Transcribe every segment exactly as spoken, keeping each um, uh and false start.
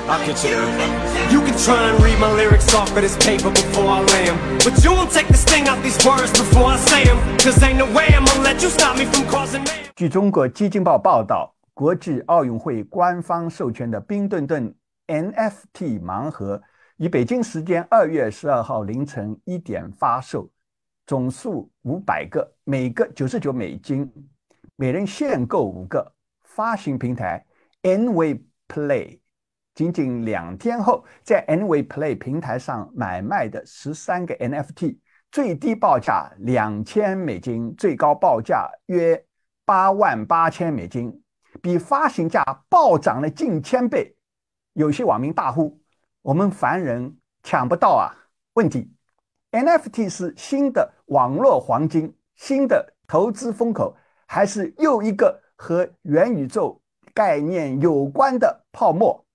I'll get you there. You can try and read my lyrics off of this paper before I lay them, but you won't take the sting out these words before I say them, cause ain't no way I'm gonna let you stop me from causing mayhem. 据中国基金报报道，国际奥运会官方授权的冰墩墩 N F T 盲盒于北京时间二月十二号凌晨一点发售，总数五百个，每个九十九美金，每人限购五个。发行平台 Nway Play 仅仅两天后，在 Nway Play 平台上买卖的十三个 N F T， 最低报价两千美金，最高报价约八万八千美金，比发行价暴涨了近千倍。有些网民大呼：“我们凡人抢不到啊！”问题 ：N F T 是新的网络黄金，新的投资风口，还是又一个和元宇宙概念有关的泡沫？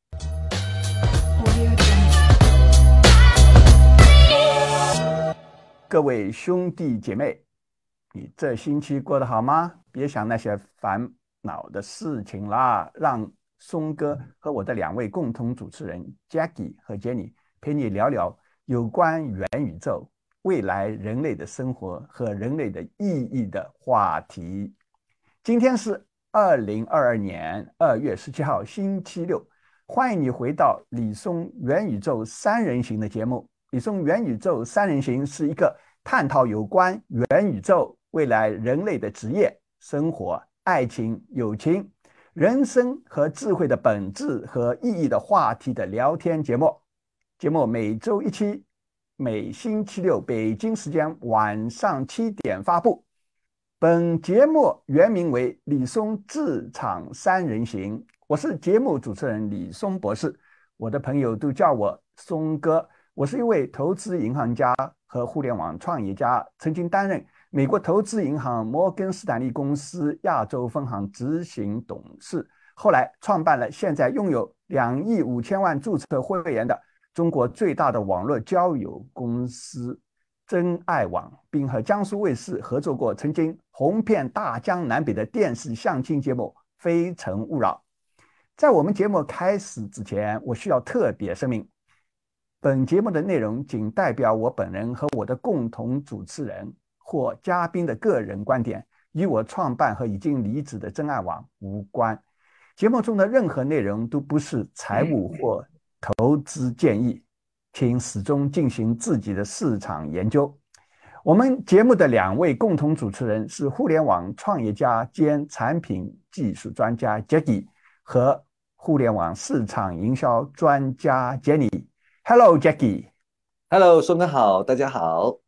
各位兄弟姐妹，你这星期过得好吗？别想那些烦恼的事情啦，让松哥和我的两位共同主持人 Jackie 和 Jenny 陪你聊聊有关元宇宙、未来人类的生活和人类的意义的话题。今天是二零二二年二月十七号星期六，欢迎你回到李松元宇宙三人行的节目。李松元宇宙三人行是一个探讨有关元宇宙、未来人类的职业、生活、爱情、友情、人生和智慧的本质和意义的话题的聊天节目。节目每周一期，每星期六北京时间晚上七点发布。本节目原名为李松智场三人行，我是节目主持人李松博士，我的朋友都叫我松哥。我是一位投资银行家和互联网创业家，曾经担任美国投资银行摩根士丹利公司亚洲分行执行董事，后来创办了现在拥有两亿五千万注册会员的中国最大的网络交友公司真爱网，并和江苏卫视合作过曾经红遍大江南北的电视相亲节目《非诚勿扰》。在我们节目开始之前，我需要特别声明，本节目的内容仅代表我本人和我的共同主持人或嘉宾的个人观点，与我创办和已经离职的真爱网无关。节目中的任何内容都不是财务或投资建议，请始终进行自己的市场研究。我们节目的两位共同主持人是互联网创业家兼产品技术专家 Jackie 和互联网市场营销专家 Jenny。Hello Jackie。Hello 松哥好，大家好。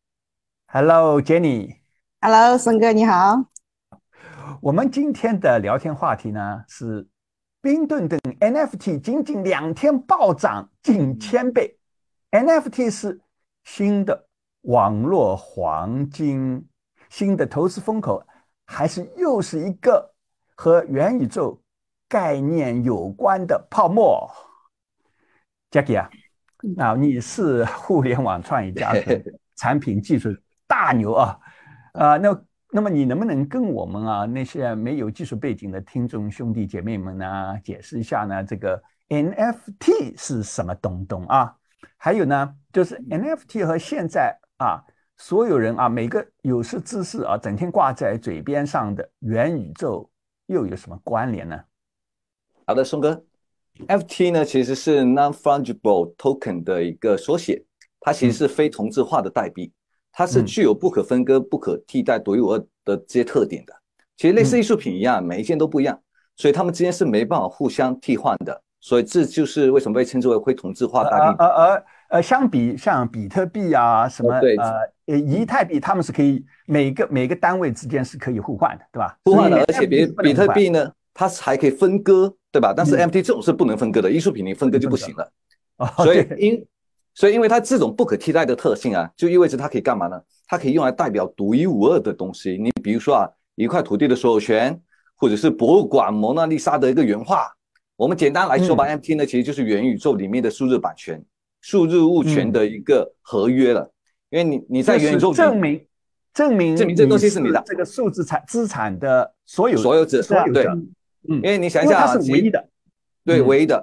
Hello Jenny。Hello 松哥你好。 我们今天的聊天话题呢是冰墩墩 N F T 仅仅两天暴涨近千倍。N F T 是新的网络黄金，新的投资风口，还是又是一个和元宇宙概念有关的泡沫？ Jackie 啊，啊，你是互联网创业家和产品技术大牛啊，啊，那那么你能不能跟我们啊那些没有技术背景的听众兄弟姐妹们呢解释一下呢这个 N F T 是什么东东啊？还有呢，就是 N F T 和现在啊所有人啊每个有识之士啊整天挂在嘴边上的元宇宙又有什么关联呢？ 好的，松哥。F T 呢其实是 Non-Fungible Token 的一个缩写，它其实是非同质化的代币，它是具有不可分割、不可替代、独一无二的这些特点的。其实类似艺术品一样，每一件都不一样，所以它们之间是没办法互相替换的。所以这就是为什么被称之为非同质化代币。 呃呃呃，相比像比特币啊什么呃以太币，他们是可以每个每个单位之间是可以互换的，对吧？ 互换的，而且比比特币呢，它还可以分割，对吧？但是 N F T 这种是不能分割的，艺术品你分割就不行了。所以因所以因为它这种不可替代的特性啊，就意味着它可以干嘛呢？它可以用来代表独一无二的东西。你比如说啊，一块土地的所有权，或者是博物馆蒙娜丽莎的一个原画。我们简单来说吧、嗯、N F T 呢其实就是元宇宙里面的数字版权、数字物权的一个合约了。嗯、因为你你在元宇宙里证明证明证明这个东西是你的这个数字产资产的所有所有者， 所有者， 对，嗯，因为你想一下、啊， 它是唯一的， 对，唯一的。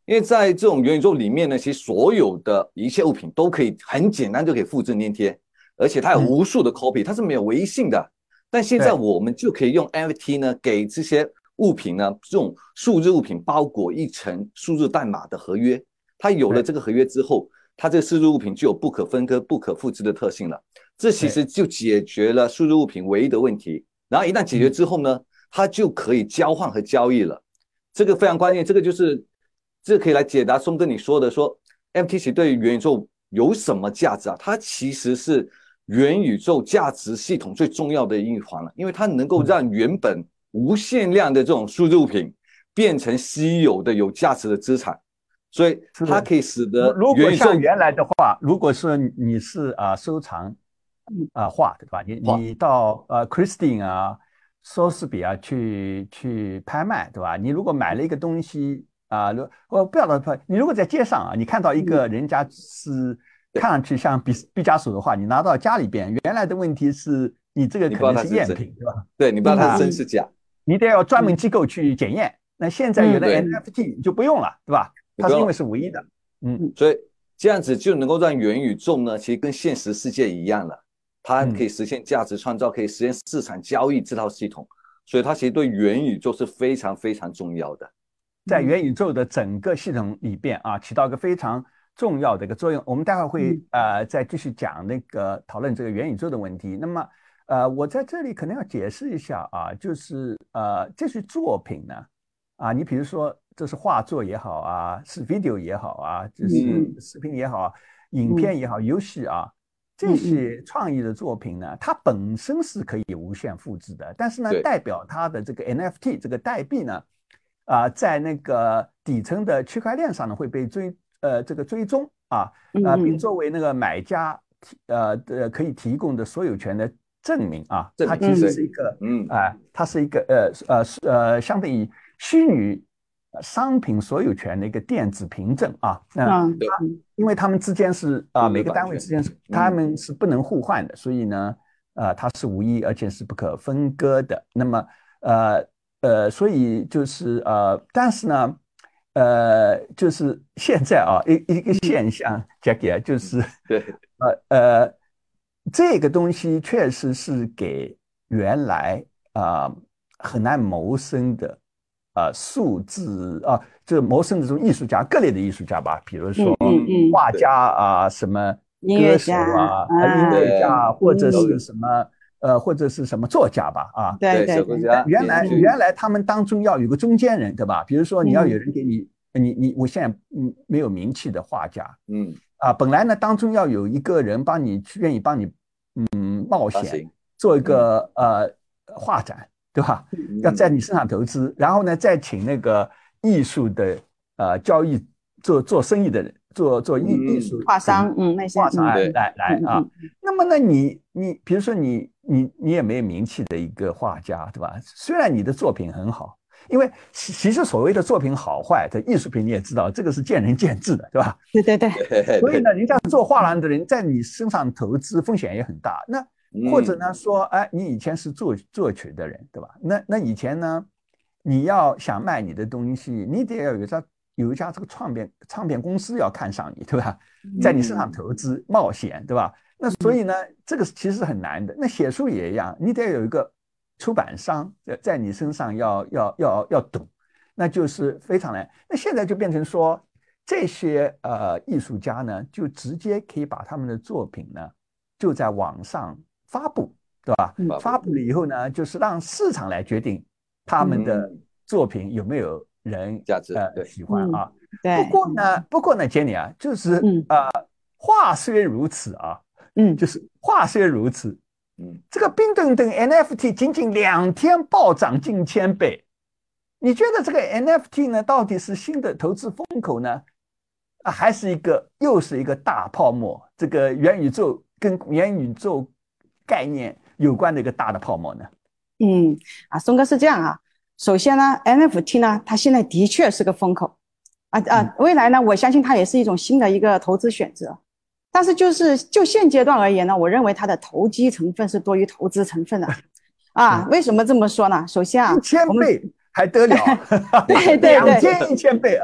因为在这种元宇宙里面呢，其实所有的一切物品都可以很简单就可以复制粘贴，而且它有无数的 copy，、嗯、它是没有唯一性的。但现在我们就可以用 N F T 呢，给这些物品呢，这种数字物品包裹一层数字代码的合约。它有了这个合约之后，它这个数字物品就有不可分割、不可复制的特性了。这其实就解决了数字物品唯一的问题。然后一旦解决之后呢，它就可以交换和交易了。这个非常关键，这个就是这个可以来解答松哥你说的，说 N F T 对于元宇宙有什么价值啊？它其实是元宇宙价值系统最重要的一环了，因为它能够让原本无限量的这种数字物品变成稀有的有价值的资产。所以它可以使得如果像原来的话，如果说你是啊、呃、收藏啊、呃、画对吧？你你到呃 Christine 啊、莎士比亚去去拍卖对吧？你如果买了一个东西啊，我、呃、不要到拍，你如果在街上啊，你看到一个人家是看上去像毕毕加索的画，你拿到家里边，原来的问题是你这个可能是赝品对吧？ 对，你不知道它是真是假， 你得要专门机构去检验。那现在有了 N F T 你就不用了对吧？它是因为是唯一的， 嗯，所以这样子就能够让元宇宙呢，其实跟现实世界一样了，它可以实现价值创造，可以实现市场交易这套系统，所以它其实对元宇宙是非常非常重要的， 在元宇宙的整个系统里边啊，起到一个非常重要的一个作用。我们待会儿会、嗯、呃再继续讲那个讨论这个元宇宙的问题。那么呃，我在这里可能要解释一下啊，就是呃这些作品呢，啊，你比如说。这是画作也好啊，是 video 也好啊，就是视频也好啊，嗯、影片也好，游戏啊，这些创意的作品呢，它本身是可以无限复制的，但是呢，代表它的这个 N F T 这个代币呢，啊、呃，在那个底层的区块链上呢会被追呃这个追踪啊啊、呃，并作为那个买家呃的可以提供的所有权的证明啊，它其实是一个嗯啊、呃，它是一个呃呃呃相当于虚拟。商品所有权的一个电子凭证啊，那、嗯、因为他们之间是啊、呃、每个单位之间是他们是不能互换的，所以呢，呃，它是无一而且是不可分割的。那么呃呃，所以就是呃，但是呢，呃，就是现在啊一一个现象 ，Jackie 啊，就是对呃呃，这个东西确实是给原来啊、呃、很难谋生的。呃，数字啊，这谋生的这种艺术家，各类的艺术家吧，比如说画家啊，嗯嗯、什么歌手啊，音乐家，或者是什么、嗯、呃，或者是什么作家吧，啊， 对对对， 原来原来他们当中要有个中间人，对吧？比如说你要有人给你，嗯、你你我现在嗯没有名气的画家，嗯啊，本来呢当中要有一个人帮你愿意帮你嗯冒险做一个、嗯、呃画展。对吧？要在你身上投资，然后呢，再请那个艺术的呃交易做做生意的人，做做艺艺术画商，嗯，那些画商来来来啊。那么呢，你你比如说你你你也没有名气的一个画家，对吧？虽然你的作品很好，因为其实所谓的作品好坏，这艺术品你也知道，这个是见仁见智的，对吧？ 对对对。 所以呢，人家做画廊的人在你身上投资风险也很大。那或者呢说，哎，你以前是作作曲的人，对吧？那那以前呢，你要想卖你的东西，你得要有一家有一家这个唱片唱片公司要看上你，对吧？在你身上投资冒险，对吧？那所以呢，这个其实很难的。那写书也一样，你得有一个出版商在你身上要要要要赌，那就是非常难。那现在就变成说，这些呃艺术家呢，就直接可以把他们的作品呢，就在网上发布，对吧？嗯、发布了以后呢，就是让市场来决定他们的作品有没有人价值呃喜欢啊。 嗯、对。 不过呢，不过呢，Jenny 啊，就是嗯呃，话虽如此啊， 嗯， 就是话虽如此， 嗯， 这个冰墩墩 N F T 仅仅两天暴涨近千倍，你觉得这个 N F T 呢，到底是新的投资风口呢，啊，还是一个又是一个大泡沫？这个元宇宙跟元宇宙概念有关的一个大的泡沫呢？ 嗯啊，松哥是这样啊。首先呢 ，N F T 呢，它现在的确是个风口，啊啊，嗯、未来呢，我相信它也是一种新的一个投资选择。但是就是就现阶段而言呢，我认为它的投机成分是多于投资成分的。啊，为什么这么说呢？首先啊， 一千倍还得了？ 对对对， 两千一千倍啊！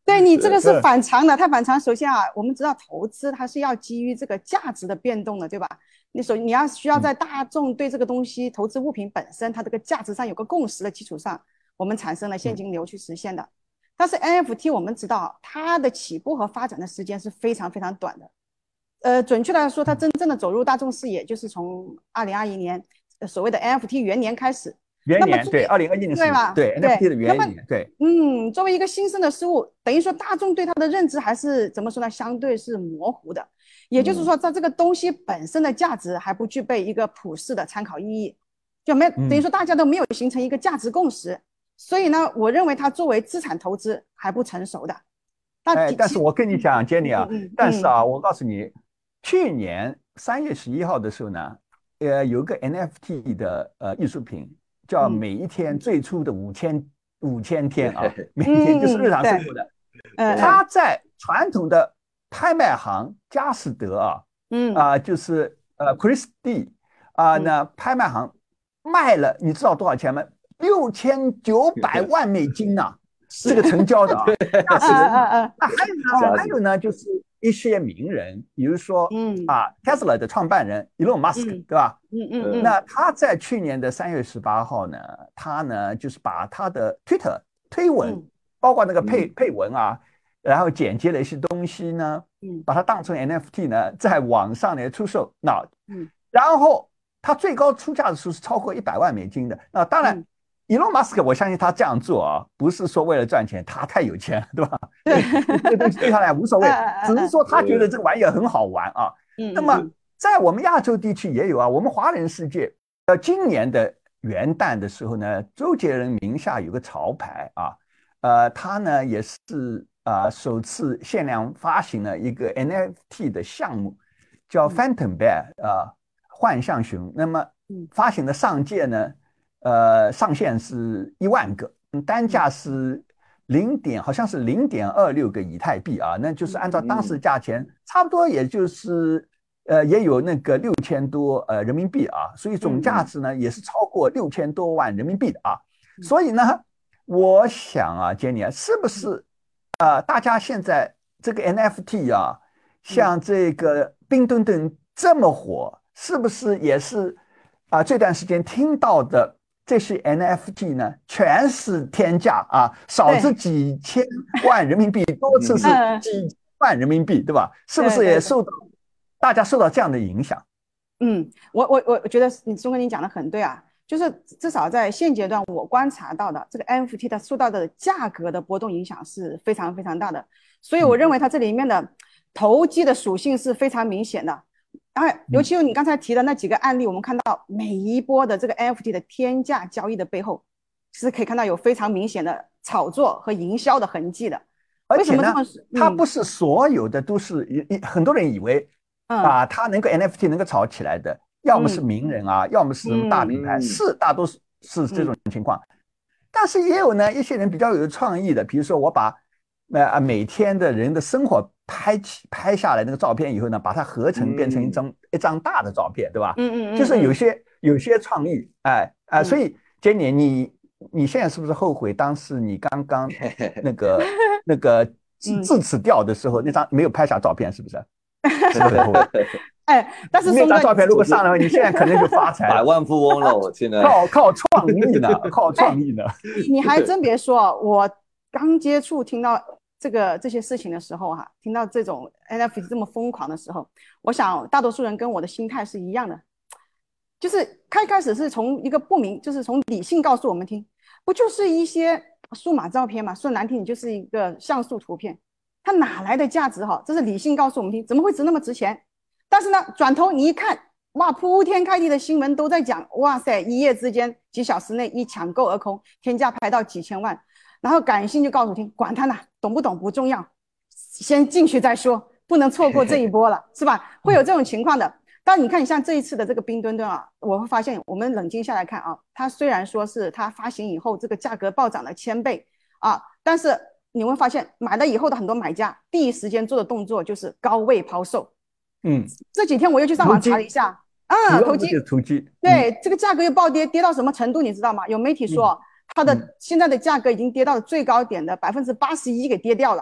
对你这个是反常的，它反常。首先啊，我们知道投资它是要基于这个价值的变动的，对吧？你首你要需要在大众对这个东西、嗯、投资物品本身它这个价值上有个共识的基础上，我们产生了现金流去实现的。嗯、但是 N F T 我们知道它的起步和发展的时间是非常非常短的。呃，准确来说，它真正的走入大众视野就是从二零二一年、呃、所谓的 N F T 元年开始。 元年对，二零二一年对吧？ 对 N F T 的元年，对， 嗯，作为一个新生的事物，等于说大众对它的认知还是怎么说呢？相对是模糊的。也就是说，在这个东西本身的价值还不具备一个普世的参考意义，就没等于说大家都没有形成一个价值共识。所以呢，我认为它作为资产投资还不成熟的。 哎，但是我跟你讲 ，Jenny 啊， 嗯嗯、 但是啊，我告诉你，去年三月十一号的时候呢，呃，有个 N F T 的呃艺术品。叫每一天最初的五千五千天啊，每一天就是日常生活的。嗯，它在传统的拍卖行佳士得啊，嗯啊、呃，就是呃 Christie 啊、呃，那拍卖行卖了，你知道多少钱吗？六千九百万美金呐、啊，这个成交的啊。那是那还有呢，还有呢，就是一些名人，比如说，嗯啊 ，Tesla 的创办人 Elon Musk，、嗯、对吧？嗯嗯嗯。那他在去年的三月十八号呢，他呢就是把他的 Twitter 推文，嗯、包括那个配、嗯、配文啊，然后剪接了一些东西呢，嗯，把它当成 N F T 呢，在网上呢出售。那，嗯，然后他最高出价的时候是超过一百万美金的。那当然。嗯Elon Musk， 我相信他这样做啊，不是说为了赚钱，他太有钱了，对吧？对，这个东西对他来无所谓，只是说他觉得这个玩意儿很好玩啊。那么在我们亚洲地区也有啊，我们华人世界，呃，今年的元旦的时候呢，周杰伦名下有个潮牌啊，呃，他呢也是啊、呃、首次限量发行了一个 N F T 的项目，叫 Phantom Bear 啊、呃，幻象熊。那么发行的上届呢？呃，上限是一万个，单价是零点，好像是零点二六个以太币啊，那就是按照当时价钱，差不多也就是呃也有那个六千多呃人民币啊，所以总价值呢也是超过六千多万人民币的啊。所以呢，我想啊，Jenny啊，是不是啊、呃？大家现在这个 N F T 啊，像这个冰墩墩这么火，是不是也是啊、呃？这段时间听到的。这些 N F T 呢，全是天价啊，少则几千万人民币，多次是几千万人民币，对吧？是不是也受到大家受到这样的影响？ 嗯，我我我觉得你钟哥你讲的很对啊，就是至少在现阶段我观察到的这个 N F T 它受到的价格的波动影响是非常非常大的，所以我认为它这里面的投机的属性是非常明显的。哎，尤其你刚才提的那几个案例，我们看到每一波的这个 N F T 的天价交易的背后，是可以看到有非常明显的炒作和营销的痕迹的。 而且呢，它不是所有的都是，嗯、很多人以为、嗯、啊，它能够 N F T 能够炒起来的，要么是名人啊，嗯、要么是什么大品牌，嗯、是大多数是这种情况。嗯、但是也有呢一些人比较有创意的，比如说我把呃每天的人的生活。拍起拍下来那个照片以后呢，把它合成变成一张、嗯、一张大的照片，对吧？嗯 嗯, 嗯就是有些有些创意，哎哎、呃嗯，所以Jenny，你你现在是不是后悔当时你刚刚那个那个智齿掉的时候、嗯、那张没有拍下照片，是不是？是不是后悔？ 哎，但是那张照片如果上来，你现在可能就发财了， 百万富翁了。我现在靠靠创意呢，靠创意呢。 你还真别说，我刚接触听到。这个这些事情的时候哈、啊，听到这种 N F T 这么疯狂的时候，我想大多数人跟我的心态是一样的，就是开开始是从一个不明，就是从理性告诉我们听，不就是一些数码照片嘛，说难听你就是一个像素图片，它哪来的价值哈？这是理性告诉我们听，怎么会值那么值钱？但是呢，转头你一看，哇，铺天盖地的新闻都在讲，哇塞，一夜之间几小时内一抢购而空，天价拍到几千万。然后感性就告诉听，管他呢，懂不懂不重要，先进去再说，不能错过这一波了，是吧？会有这种情况的。但你看，你像这一次的这个冰墩墩啊，我会发现，我们冷静下来看啊，它虽然说是它发行以后这个价格暴涨了千倍啊，但是你会发现，买了以后的很多买家第一时间做的动作就是高位抛售。嗯，这几天我又去上网查了一下，啊，投机， 投机， 对、嗯，这个价格又暴跌，跌到什么程度，你知道吗？有媒体说。嗯它的现在的价格已经跌到了最高点的百分之八十一，给跌掉了。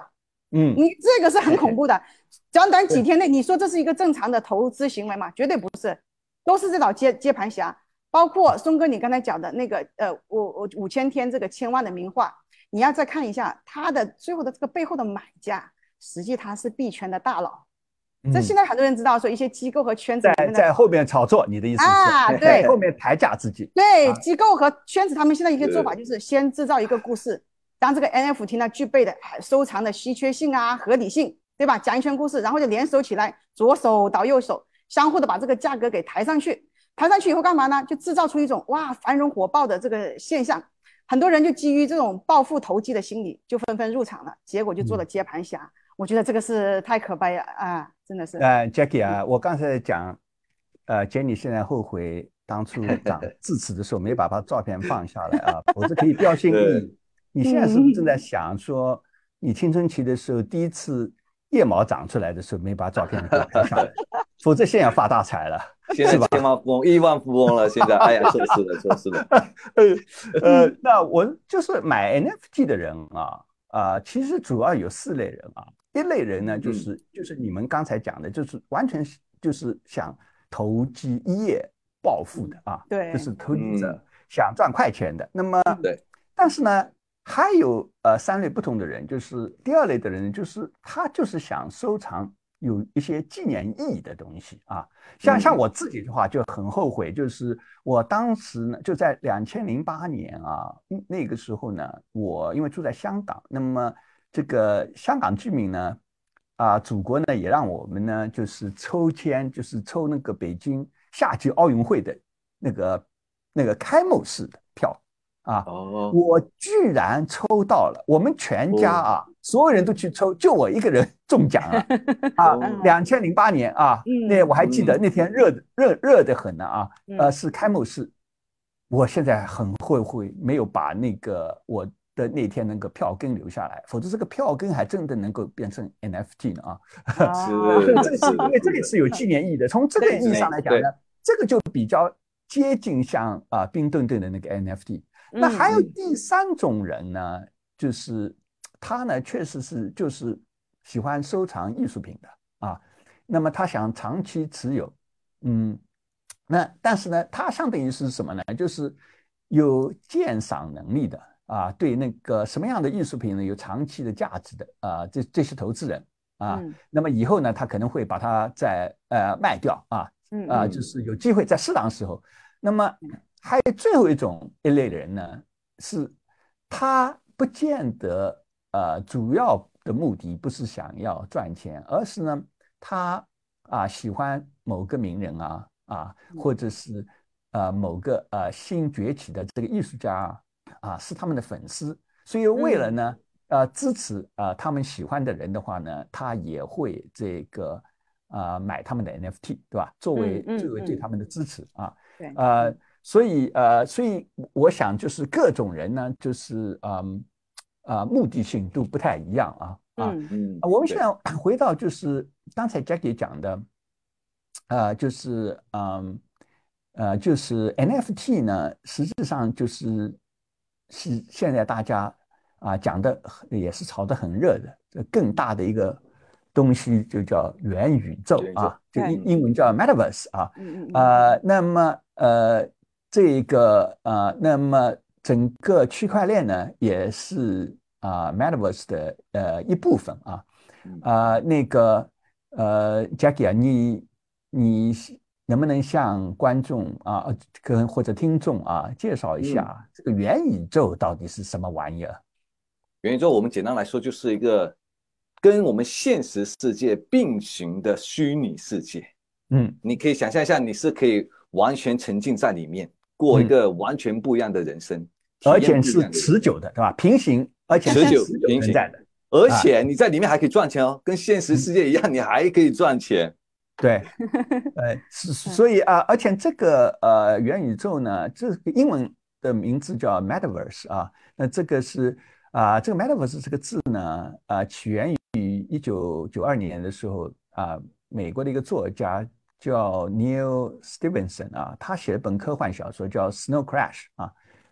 嗯， 你这个是很恐怖的。短短几天内，你说这是一个正常的投资行为吗？绝对不是，都是这种接接盘侠。包括松哥你刚才讲的那个，呃，我我五千天这个千万的名画，你要再看一下他的最后的这个背后的买家，实际他是币圈的大佬。这现在很多人知道说一些机构和圈子里面在在后面炒作，你的意思是？ 啊，对， 后面抬价自己。 对， 啊、 机构和圈子他们现在一些做法就是先制造一个故事，当这个 N F T 呢具备的收藏的稀缺性啊、合理性，对吧？讲一圈故事，然后就联手起来，左手倒右手，相互的把这个价格给抬上去。抬上去以后干嘛呢？就制造出一种哇繁荣火爆的这个现象，很多人就基于这种暴富投机的心理，就纷纷入场了，结果就做了接盘侠。嗯、我觉得这个是太可悲了啊，真的是。 呃 ，Jackie 啊，我刚才讲，呃 ，Jenny 现在后悔当初讲致辞的时候没把他照片放下来啊，否则可以标新立异。你现在是不是正在想说，你青春期的时候第一次腋毛长出来的时候没把照片给我拍下来，否则现在要发大财了。 现在千万富翁、亿万富翁了，现在，哎呀，真是的，真是的。 呃，那我就是买 N F T 的人啊，啊、呃，其实主要有四类人啊。一类人呢，就是、嗯、就是你们刚才讲的，就是完全就是想投机一夜暴富的啊， 对， 就是投机者、嗯、想赚快钱的。那么， 对， 但是呢，还有呃三类不同的人，就是第二类的人，就是他就是想收藏有一些纪念意义的东西啊，像像我自己的话就很后悔，就是我当时呢就在两千零八年啊，那个时候呢，我因为住在香港，那么这个香港居民呢，啊，祖国呢也让我们呢就是抽签，就是抽那个北京夏季奥运会的那个那个开幕式的票。啊， 哦， 我居然抽到了，我们全家啊，哦、所有人都去抽，就我一个人中奖了啊！两千零八年啊，嗯、那我还记得那天热的热热的很呢啊，嗯、呃，是开幕式。我现在很后悔没有把那个我的那天那个票根留下来，否则这个票根还真的能够变成 N F T 呢啊！ 是， 这个是因为这个是有纪念意义的，从这个意义上来讲呢，这个就比较接近像啊冰墩墩的那个 N F T。那还有第三种人呢，嗯、就是他呢，确实是就是喜欢收藏艺术品的啊。那么他想长期持有，嗯，那但是呢，他相当于是什么呢？就是有鉴赏能力的啊，对那个什么样的艺术品呢有长期的价值的啊，这这些投资人啊，嗯、那么以后呢，他可能会把它再呃卖掉啊，嗯、啊，就是有机会在适当时候，那么。还有最后一种一类人呢，是他不见得呃主要的目的不是想要赚钱，而是呢他啊喜欢某个名人啊啊，或者是呃某个呃新崛起的这个艺术家啊，啊是他们的粉丝，所以为了呢呃支持呃他们喜欢的人的话呢，他也会这个呃买他们的 N F T， 对吧？作为作为对他们的支持啊， 对， 呃。所以呃，所以我想就是各种人呢，就是嗯啊、呃，目的性都不太一样啊啊。 嗯嗯。 我们现在回到就是刚才 Jackie 讲的，呃，就是嗯呃，就是 N F T 呢，实际上就是是现在大家啊、呃、讲的也是炒得很热的，这更大的一个东西就叫元宇宙啊，就英英文叫 Metaverse 啊， 嗯嗯呃，那么呃。这个呃，那么整个区块链呢，也是啊、呃、，Metaverse 的呃一部分啊。啊、呃，那个呃，Jackie 啊，你你能不能向观众啊，跟或者听众啊，介绍一下、嗯、这个元宇宙到底是什么玩意儿？ 元宇宙我们简单来说就是一个跟我们现实世界并行的虚拟世界。 嗯， 你可以想象一下，你是可以完全沉浸在里面。过一个完全不一样的人生，嗯、 而且是持久的，对吧？平行，而且持久平行在的， 而且你在里面还可以赚钱哦，跟现实世界一样，嗯、你还可以赚钱。 对，呃，所以啊，而且这个呃元宇宙呢，这个英文的名字叫 Metaverse 啊，那这个是啊，这个 Metaverse 这个字呢，啊，起源于一九九二年的时候啊，美国的一个作家。叫 Neil Stevenson 啊，他写了本科幻小说叫《Snow Crash》啊，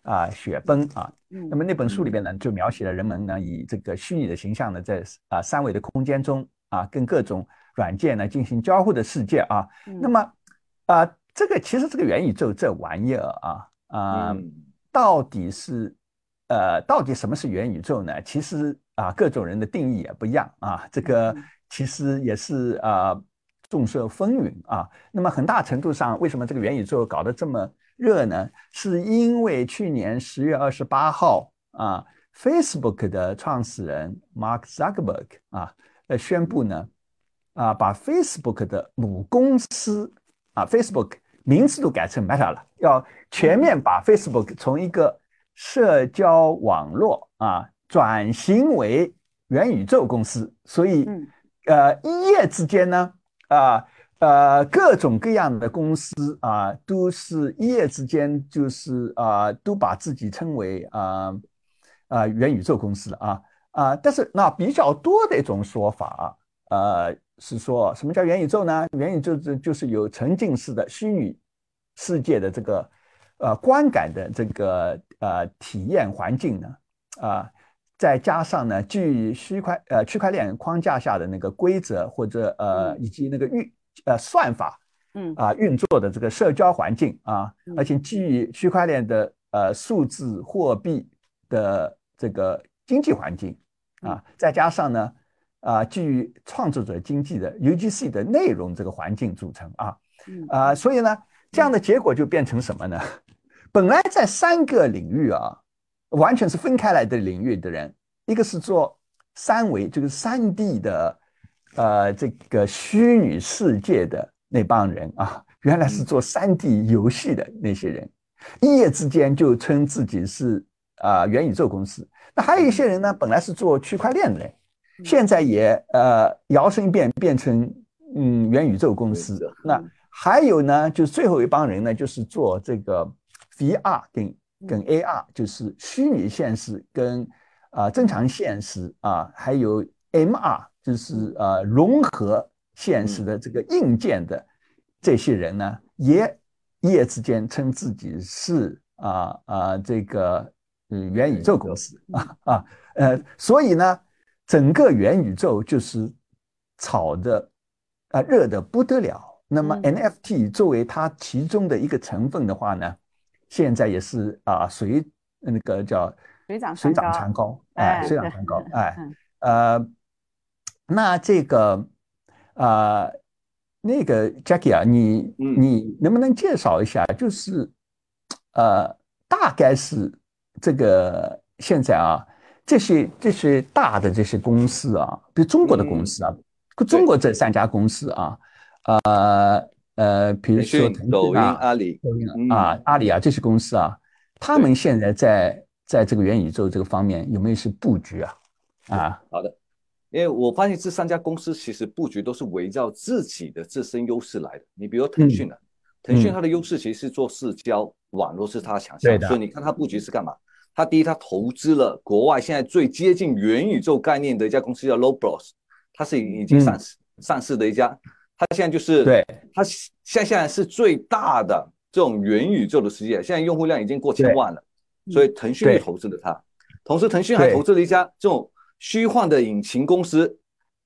啊雪崩啊。 嗯那么那本书里边呢，就描写了人们呢以这个虚拟的形象呢，在啊三维的空间中啊，跟各种软件呢进行交互的世界啊。 嗯那么啊，这个其实这个元宇宙这玩意儿啊啊， 嗯到底是呃到底什么是元宇宙呢？其实啊各种人的定义也不一样啊，这个其实也是啊众说纷纭啊。那么很大程度上，为什么这个元宇宙搞得这么热呢？是因为去年十月二十八号啊 ，Facebook 的创始人 Mark Zuckerberg 啊，呃宣布呢啊把 Facebook 的母公司啊 Facebook 名字都改成 Meta 了，要全面把 Facebook 从一个社交网络啊转型为元宇宙公司。所以呃一夜之间呢啊呃各种各样的公司啊都是一夜之间就是啊都把自己称为啊啊元宇宙公司了啊啊但是那比较多的一种说法呃是说什么叫元宇宙呢？元宇宙就是有沉浸式的虚拟世界的这个呃观感的这个呃体验环境呢啊、呃，再加上呢基于区块呃区块链框架下的那个规则或者呃以及那个运呃算法嗯啊、呃、运作的这个社交环境啊，而且基于区块链的呃数字货币的这个经济环境啊，再加上呢啊、呃、基于创作者经济的 U G C 的内容这个环境组成啊啊、呃，所以呢这样的结果就变成什么呢？本来在三个领域啊，完全是分开来的领域的人，一个是做三维，就是三 D 的，呃，这个虚拟世界的那帮人啊，原来是做三 D 游戏的那些人，一夜之间就称自己是啊、呃、元宇宙公司。那还有一些人呢，本来是做区块链的人，现在也呃摇身一变变成嗯元宇宙公司。那还有呢，就是最后一帮人呢，就是做这个 V R 跟跟 A R， 就是虚拟现实跟啊、呃、正常现实啊，还有 M R， 就是呃融合现实的这个硬件的这些人呢，也一夜之间称自己是啊啊、呃、这个嗯元宇宙公司啊啊呃，所以呢，整个元宇宙就是炒的啊热的不得了。那么 N F T 作为它其中的一个成分的话呢，现在也是啊随那个叫水涨水涨船高，哎，水涨船高，哎，呃，那这个啊、呃、那个 Jackie 啊，你你能不能介绍一下，就是呃大概是这个现在啊这些这些大的这些公司啊，比如中国的公司啊，嗯、中国这三家公司啊。呃呃，比如说腾讯、 抖音、阿里、 抖音啊、阿里啊这些公司啊，他们现在在在这个元宇宙这个方面有没有一些布局啊？啊， 好的，因为我发现这三家公司其实布局都是围绕自己的自身优势来的。你比如腾讯啊，嗯、腾讯它的优势其实是做社交网络是它的强项，所以你看它布局是干嘛？它第一，它投资了国外现在最接近元宇宙概念的一家公司叫 Roblox， 它是已经上市、嗯、上市的一家。它现在就是对，它现在是最大的这种元宇宙的世界，现在用户量已经过千万了，所以腾讯就投资了它。同时，腾讯还投资了一家这种虚幻的引擎公司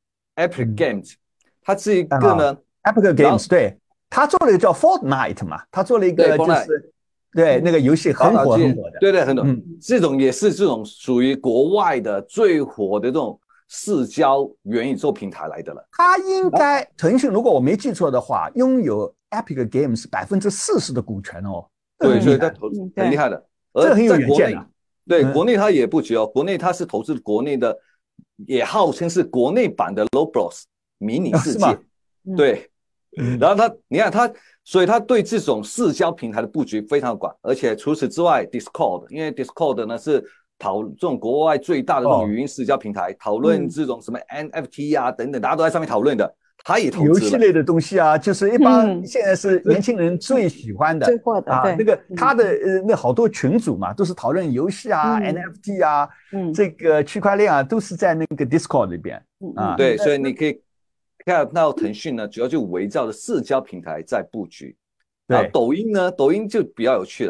Epic Games，、嗯、它是一个呢、 啊、Epic Games， 对，它做了一个叫 Fortnite 嘛，它做了一个就是对, 对那个游戏很火很火的， 对对很火、嗯，这种也是这种属于国外的最火的这种。社交元宇宙平台来的了， 它应该腾讯如果我没记错的话，拥有 Epic Games 百分之四十的股权哦。 对，所以它投资很厉害的， 这个很有远见的。对，国内它也布局哦，国内它是投资国内的，也号称是国内版的 Roblox 迷你世界。啊、对、嗯，然后它，你看它，所以它对这种社交平台的布局非常广，而且除此之外 ，Discord， 因为 Discord 呢是。讨这种国外最大的这种语音社交平台，讨、哦、论这种什么 N F T 啊、嗯、等等，大家都在上面讨论的。他也投资了游戏类的东西啊，就是一般现在是年轻人最喜欢的， 最火的啊。那个他的呃那好多群组嘛，都是讨论游戏啊、嗯、N F T 啊、嗯、这个区块链啊，都是在那个 Discord 里边、 嗯、啊。对，所以你可以看到腾讯呢，主要就围绕着社交平台在布局。然后抖音呢，抖音就比较有趣了。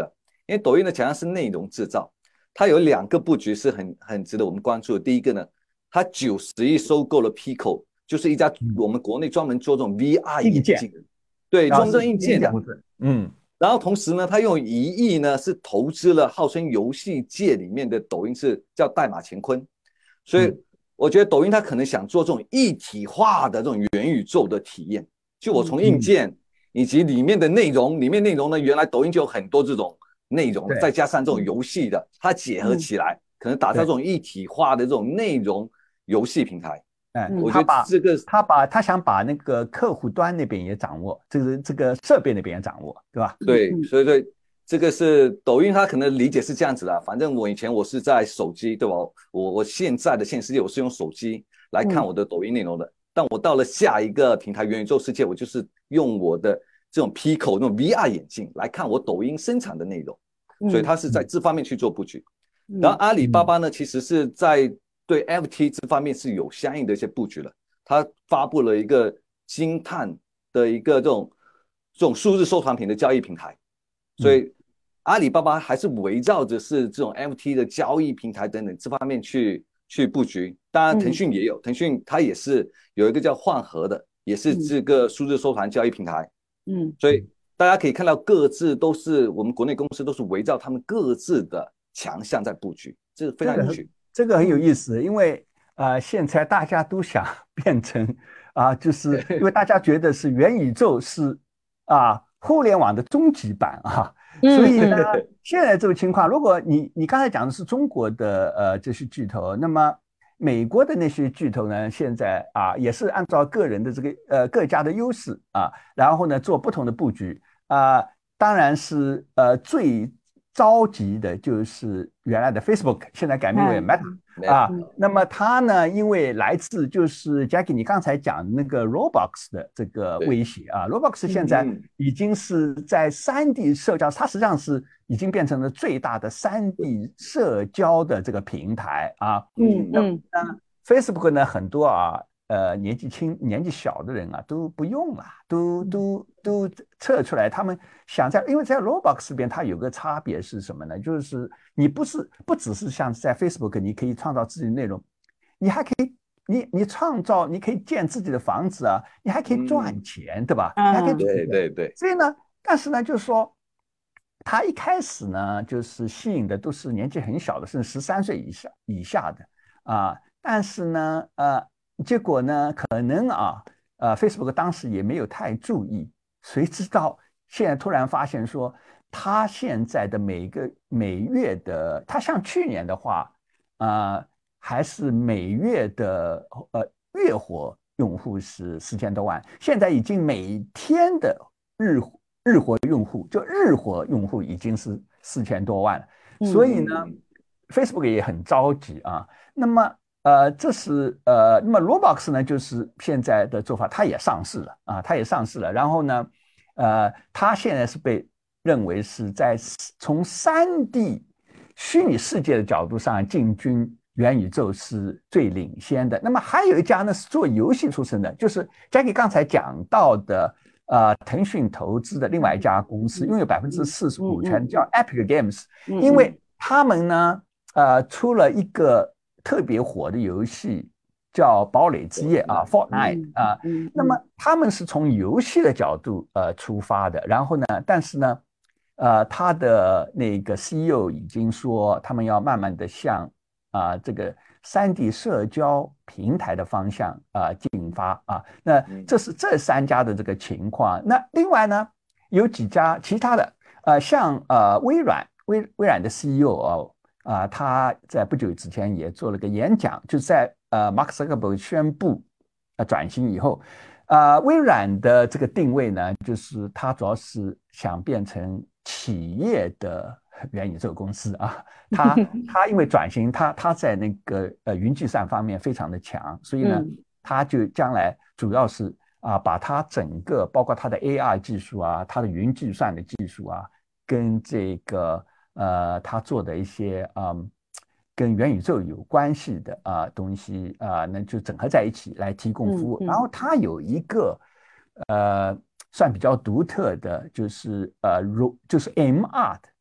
因为抖音的强项是内容制造，它有两个布局是很很值得我们关注的。第一个呢，它九十亿收购了 Pico， 就是一家我们国内专门做这种 V R 眼镜的，对，做这种硬件的， 嗯。 然后同时呢，他用一亿呢是投资了号称游戏界里面的抖音，是叫代码乾坤，所以我觉得抖音它可能想做这种一体化的这种元宇宙的体验，就我从硬件以及里面的内容，里面内容呢原来抖音就有很多这种内容，再加上这种游戏的，它结合起来，可能打造这种一体化的这种内容游戏平台。 哎， 我觉得这个他把他想把那个客户端那边也掌握，这个这个设备那边也掌握，对吧？ 对，所以对这个是抖音，他可能理解是这样子的。反正我以前我是在手机，对吧？我我现在的现实世界我是用手机来看我的抖音内容的，嗯、但我到了下一个平台元宇宙世界，我就是用我的这种 Pico 那种 V R 眼镜来看我抖音生产的内容，嗯、所以他是在这方面去做布局。嗯、然后阿里巴巴呢，其实是在对 F T 这方面是有相应的一些布局了，他发布了一个金碳的一个这种这种数字收藏品的交易平台，所以阿里巴巴还是围绕着是这种 F T 的交易平台等等这方面去去布局。当然腾讯也有，腾讯它也是有一个叫幻核的，也是这个数字收藏交易平台。嗯，所以大家可以看到各自都是我们国内公司都是围绕他们各自的强项在布局，这是非常有趣。 这个很有意思，因为呃，现在大家都想变成啊、呃，就是因为大家觉得是元宇宙是啊互联网的终极版啊，所以呢，现在这个情况，如果你你刚才讲的是中国的呃这些巨头，那么美国的那些巨头呢，现在啊也是按照个人的这个呃各家的优势啊，然后呢做不同的布局啊，当然是呃最着急的就是原来的 Facebook， 现在改名为 Meta、嗯、啊。那么它呢，因为来自就是 Jackie 你刚才讲那个 Roblox 的这个威胁啊 ，Roblox 现在已经是在 三 D 社交，它实际上是已经变成了最大的 三 D 社交的这个平台啊。嗯嗯。那 Facebook 呢，很多啊。呃，年纪轻、年纪小的人啊，都不用了，都都都撤出来。他们想在，因为在 Roblox 边，它有个差别是什么呢？就是你不是不只是像在 Facebook， 你可以创造自己的内容，你还可以，你你创造，你可以建自己的房子啊，你还可以赚钱，嗯、对吧？ 嗯、 你还可以对对对。 所以呢，但是呢，就是说，他一开始呢，就是吸引的都是年纪很小的，甚至十三岁以下以下的啊。但是呢，呃。结果呢，可能啊，呃 ，Facebook 当时也没有太注意，谁知道现在突然发现说，他现在的每个每月的，他像去年的话，呃，还是每月的呃月活用户是四千多万，现在已经每天的日日活用户，就日活用户已经是四千多万了，所以呢、嗯、，Facebook 也很着急啊。那么。呃，这是呃，那么 Roblox 呢，就是现在的做法，它也上市了啊，它也上市了。然后呢，呃，它现在是被认为是在从 三 D 虚拟世界的角度上进军元宇宙是最领先的。那么还有一家呢是做游戏出身的，就是 Jackie 刚才讲到的，呃，腾讯投资的另外一家公司，拥有百分之四十股权，叫 Epic Games， 因为他们呢，呃，出了一个。特别火的游戏叫堡垒之夜啊 ，Fortnite 啊，那么他们是从游戏的角度呃出发的，然后呢，但是呢，呃，他的那个 C E O 已经说他们要慢慢的向啊、呃、这个 三 D 社交平台的方向啊、呃、进发啊，那这是这三家的这个情况。那另外呢，有几家其他的呃像呃微软微微软的 C E O 哦。啊、呃，他在不久之前也做了个演讲，就在呃马克思克伯宣布呃转型以后，啊、呃，微软的这个定位呢，就是他主要是想变成企业的元宇宙公司啊。他他因为转型，他他在那个呃云计算方面非常的强，所以呢，嗯、他就将来主要是啊、呃，把他整个包括他的 A R 技术啊，他的云计算的技术啊，跟这个。呃，他做的一些嗯，跟元宇宙有关系的啊、呃、东西啊、呃，那就整合在一起来提供服务。嗯嗯、然后他有一个呃，算比较独特的，就是呃，如就是 M R 的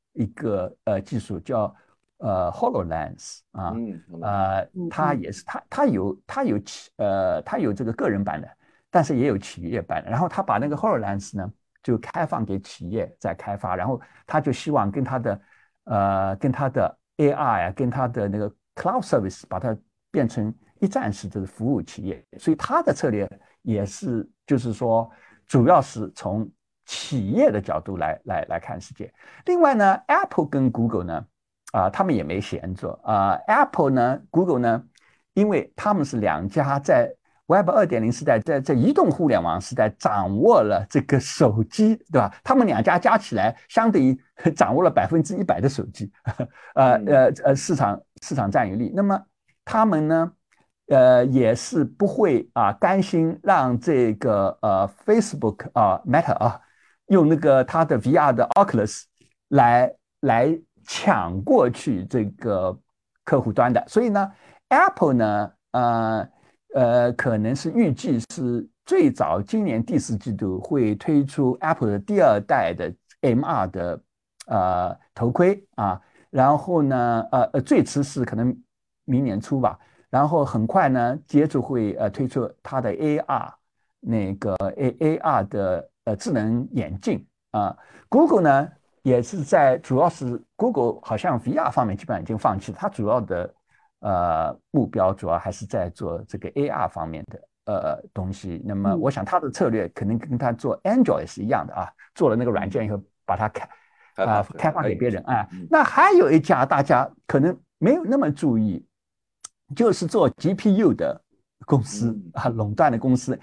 一个呃技术叫呃 HoloLens 啊， 嗯呃，它也是它它有它有企呃它有这个个人版的，但是也有企业版的。然后他把那个 HoloLens 呢就开放给企业在开发，然后他就希望跟他的呃跟他的 A I 啊，跟他的那个 Cloud Service 把它变成一站式的服务企业，所以他的策略也是就是说主要是从企业的角度来来来看世界。另外呢 ，Apple 跟 Google 呢，啊、呃，他们也没闲着啊、呃。Apple 呢 ，Google 呢，因为他们是两家在 Web 二点零时代，在在移动互联网时代掌握了这个手机，对吧？他们两家加起来，相对于掌握了百分之一百的手机，呃呃呃市场市场占有率。那么他们呢，呃，也是不会啊甘心让这个呃 Facebook 啊 Meta 啊用那个它的 V R 的 Oculus 来来抢过去这个客户端的。所以呢 ，Apple 呢，呃呃，可能是预计是最早今年第四季度会推出 Apple 的第二代的 M R 的呃头盔啊，然后呢，呃呃，最迟是可能明年初吧。然后很快呢，接着会呃推出它的 A R 那个 A A R 的呃智能眼镜啊。Google 呢也是在主要是 Google 好像 V R 方面基本上已经放弃了，它主要的呃目标主要还是在做这个 A R 方面的呃东西。那么我想它的策略可能跟它做 Android 是一样的啊，做了那个软件以后把它开啊、呃、开放给别人啊。那还有一家大家可能没有那么注意。就是做 G P U 的公司、嗯、啊，垄断的公司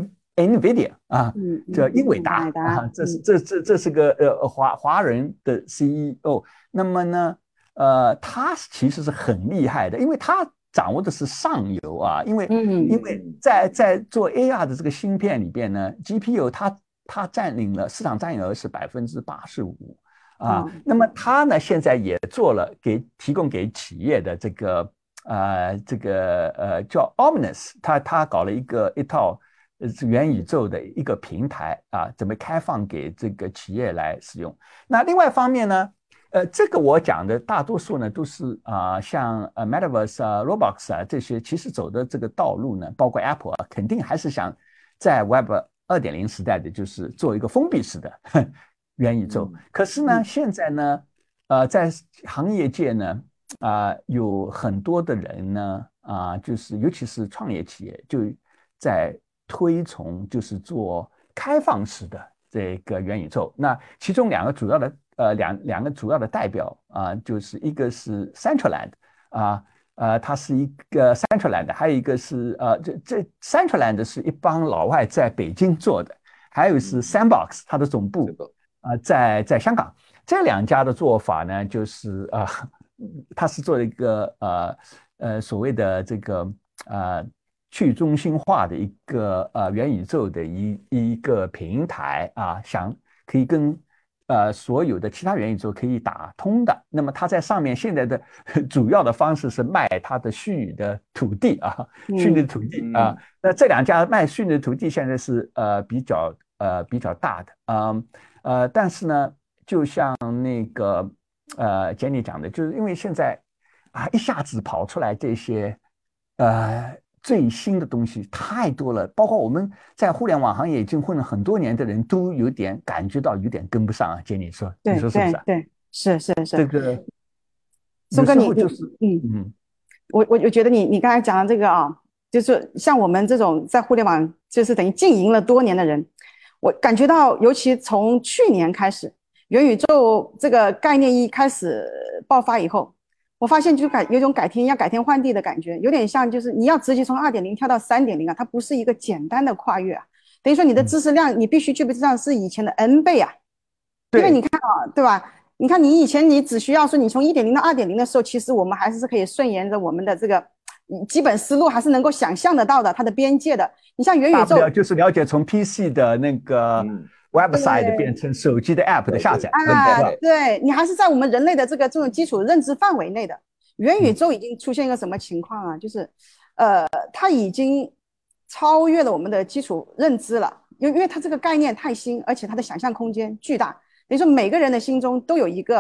，NVIDIA 啊，叫英伟达、嗯、啊，这是这这这是个呃华华人的 C E O。那么呢，呃，他其实是很厉害的，因为他掌握的是上游啊，因为、嗯、因为在在做 A R 的这个芯片里边呢 ，G P U 它它占领了市场占有额是百分之八十五啊。嗯、那么他呢，现在也做了给提供给企业的这个。呃，这个呃叫 Omnis， 他他搞了一个一套呃元宇宙的一个平台啊，准备开放给这个企业来使用。那另外一方面呢，呃，这个我讲的大多数呢都是啊、呃，像呃 Metaverse 啊、Roblox 啊这些，其实走的这个道路呢，包括 Apple 啊，肯定还是想在 Web 二点零时代的，就是做一个封闭式的元宇宙。可是呢，现在呢，呃，在行业界呢。啊、呃，有很多的人呢，啊、呃，就是尤其是创业企业，就在推崇就是做开放式的这个元宇宙。那其中两个主要的呃两两个主要的代表啊、呃，就是一个是 Centraland 啊，呃，它是一个 Centraland， 还有一个是呃这这 Centraland 是一帮老外在北京做的，还有是 Sandbox， 它的总部啊、呃、在在香港。这两家的做法呢，就是啊。呃它是做了一个呃呃所谓的这个呃去中心化的一个呃元宇宙的一一个平台啊，想可以跟呃所有的其他元宇宙可以打通的。那么它在上面现在的主要的方式是卖它的虚拟的土地啊，虚拟的土地啊。嗯、那这两家卖虚拟的土地现在是呃比较呃比较大的啊 呃, 呃，但是呢，就像那个。呃 ，Jenny 讲的，就是因为现在啊，一下子跑出来这些呃最新的东西太多了，包括我们在互联网行业已经混了很多年的人都有点感觉到有点跟不上啊。Jenny 说， 对你说是不是、啊？ 对对，是是是。 这个， 松哥，你就是嗯嗯，我我我觉得你你刚才讲的这个啊，就是像我们这种在互联网就是等于经营了多年的人，我感觉到，尤其从去年开始。元宇宙这个概念一开始爆发以后，我发现就改有种改天要改天换地的感觉，有点像就是你要直接从 二点零 跳到 三点零 啊，它不是一个简单的跨越啊，等于说你的知识量你必须具备上是以前的 N 倍啊，因为你看啊，对吧？你看你以前你只需要说你从 一点零 到 二点零 的时候，其实我们还是可以顺沿着我们的这个基本思路还是能够想象得到的它的边界的。你像元宇宙， 大不了就是了解从 P C 的那个、嗯website 变成手机的 app 的下载， 啊，对，你还是在我们人类的这个这种基础认知范围内的。元宇宙已经出现一个什么情况啊？就是，呃，它已经超越了我们的基础认知了，因为因为它这个概念太新，而且它的想象空间巨大，等于说每个人的心中都有一个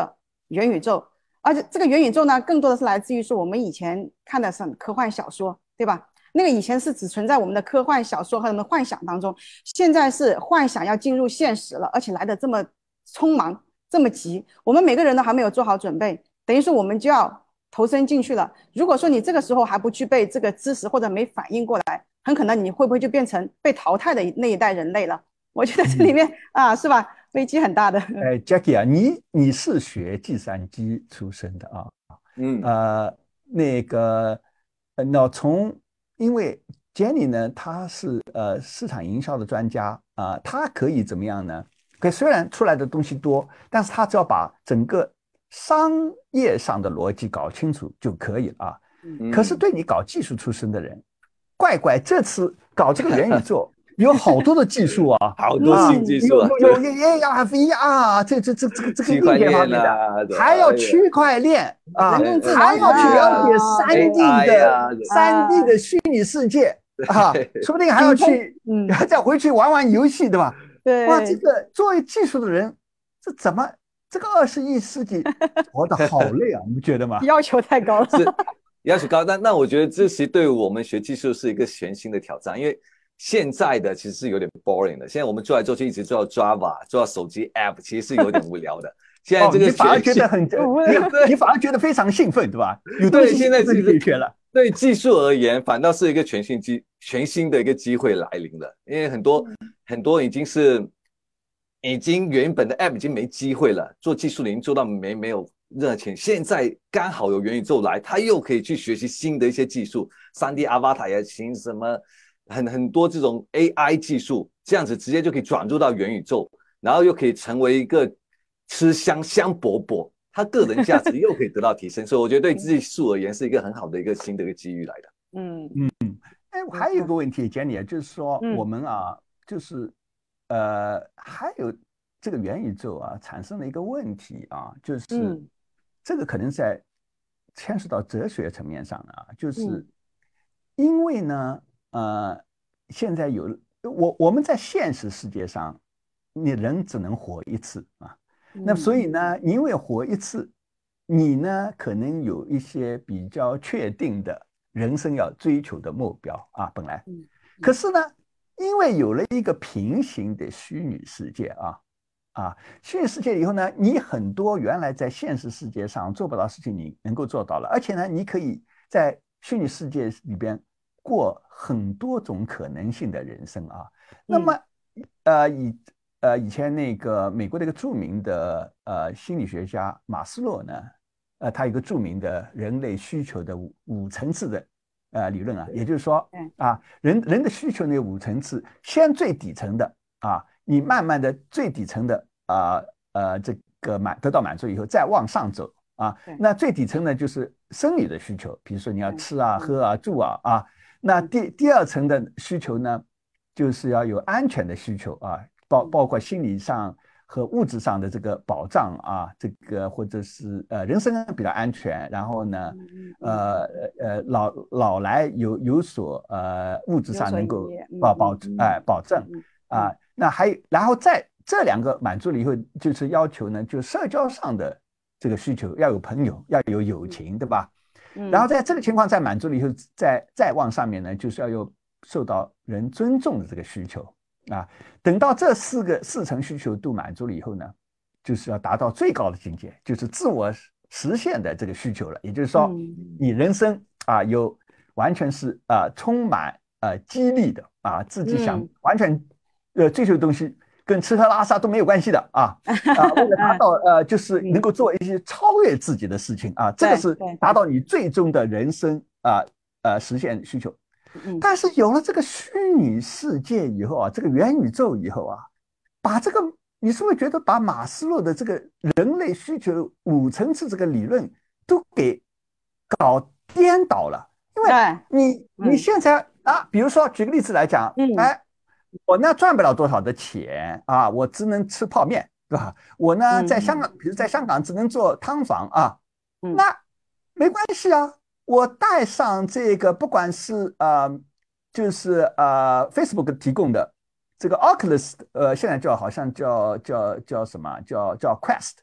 元宇宙，而且这个元宇宙呢，更多的是来自于说我们以前看的是科幻小说，对吧？那个以前是只存在我们的科幻小说和我们幻想当中，现在是幻想要进入现实了，而且来的这么匆忙，这么急，我们每个人都还没有做好准备，等于说我们就要投身进去了。如果说你这个时候还不具备这个知识或者没反应过来，很可能你会不会就变成被淘汰的那一代人类了？我觉得这里面、嗯、啊，是吧？危机很大的。 哎 ，Jackie 啊，你你是学计算机出身的啊， 嗯， 呃，那个，呃那从因为 Jenny 呢，她是呃市场营销的专家啊、呃，她可以怎么样呢？可虽然出来的东西多，但是她只要把整个商业上的逻辑搞清楚就可以了啊。 嗯、 可是对你搞技术出身的人，怪怪这次搞这个元宇宙。有好多的技术啊， 好多新技术啊，有有有 A R V R， 这这这这个这个硬件方面的，还要区块链啊，还要去了解三 D 的三 D 的虚拟世界啊，说不定还要去再回去玩玩游戏，对吧？ 对， 哇，这个作为技术的人，这怎么这个二十一世纪活得好累啊？你不觉得吗？ 要求太高了， 是要求高，但那我觉得这其实对我们学技术是一个全新的挑战，因为现在的其实是有点 boring 的，现在我们做来做去一直做到 Java， 做到手机 App， 其实是有点无聊的。现在这个、 哦、你反而觉得很，你你反而觉得非常兴奋，对吧？有东西现在自己学了。 对技术而言，反倒是一个全新机、全新的一个机会来临了，因为很多、嗯、很多已经是已经原本的 App 已经没机会了，做技术已经做到没没有热情，现在刚好有元宇宙来，他又可以去学习新的一些技术，三 D Avatar 也行，什么。很很多这种 A I 技术，这样子直接就可以转入到元宇宙，然后又可以成为一个吃香香饽饽，它个人价值又可以得到提升，所以我觉得对技术而言是一个很好的一个新的一个机遇来的。 嗯嗯，哎，还有一个问题 ，Jenny， 就是说我们啊，就是呃，还有这个元宇宙啊产生了一个问题啊，就是这个可能在牵涉到哲学层面上啊，就是因为呢。呃，现在有我我们在现实世界上，你人只能活一次啊，那所以呢，因为活一次，你呢可能有一些比较确定的人生要追求的目标啊，本来，可是呢，因为有了一个平行的虚拟世界啊啊，虚拟世界以后呢，你很多原来在现实世界上做不到事情，你能够做到了，而且呢，你可以在虚拟世界里边。过很多种可能性的人生啊，那么，呃，以呃以前那个美国的一个著名的呃心理学家马斯洛呢，呃，他有一个著名的人类需求的五五层次的呃理论啊，也就是说啊，人人的需求那五层次，先最底层的啊，你慢慢的最底层的啊呃这个满得到满足以后，再往上走啊，那最底层呢就是生理的需求，比如说你要吃啊、喝啊、住啊啊。那第第二层的需求呢，就是要有安全的需求啊，包包括心理上和物质上的这个保障啊，这个或者是呃人身比较安全，然后呢，呃呃老老来有有所呃物质上能够保保哎、呃、保证啊，那还有然后在这两个满足了以后，就是要求呢，就社交上的这个需求要有朋友，要有友情，对吧？然后在这个情况再满足了以后，再再往上面呢，就是要有受到人尊重的这个需求啊。等到这四个四层需求都满足了以后呢，就是要达到最高的境界，就是自我实现的这个需求了。也就是说，你人生啊有完全是啊充满呃激励的啊，自己想完全呃追求的东西。跟吃喝拉撒都没有关系的啊啊！为了达到呃，就是能够做一些超越自己的事情啊，这个是达到你最终的人生啊呃实现需求。但是有了这个虚拟世界以后啊，这个元宇宙以后啊，把这个你是不是觉得把马斯洛的这个人类需求五层次这个理论都给搞颠倒了？因为你你现在啊，比如说举个例子来讲，哎。我呢赚不了多少的钱啊，我只能吃泡面，对吧？我呢在香港，比如在香港只能做汤房啊，那没关系啊，我带上这个，不管是呃，就是呃 Facebook 提供的这个 Oculus， 呃，现在叫好像叫叫叫什么，叫叫 Quest，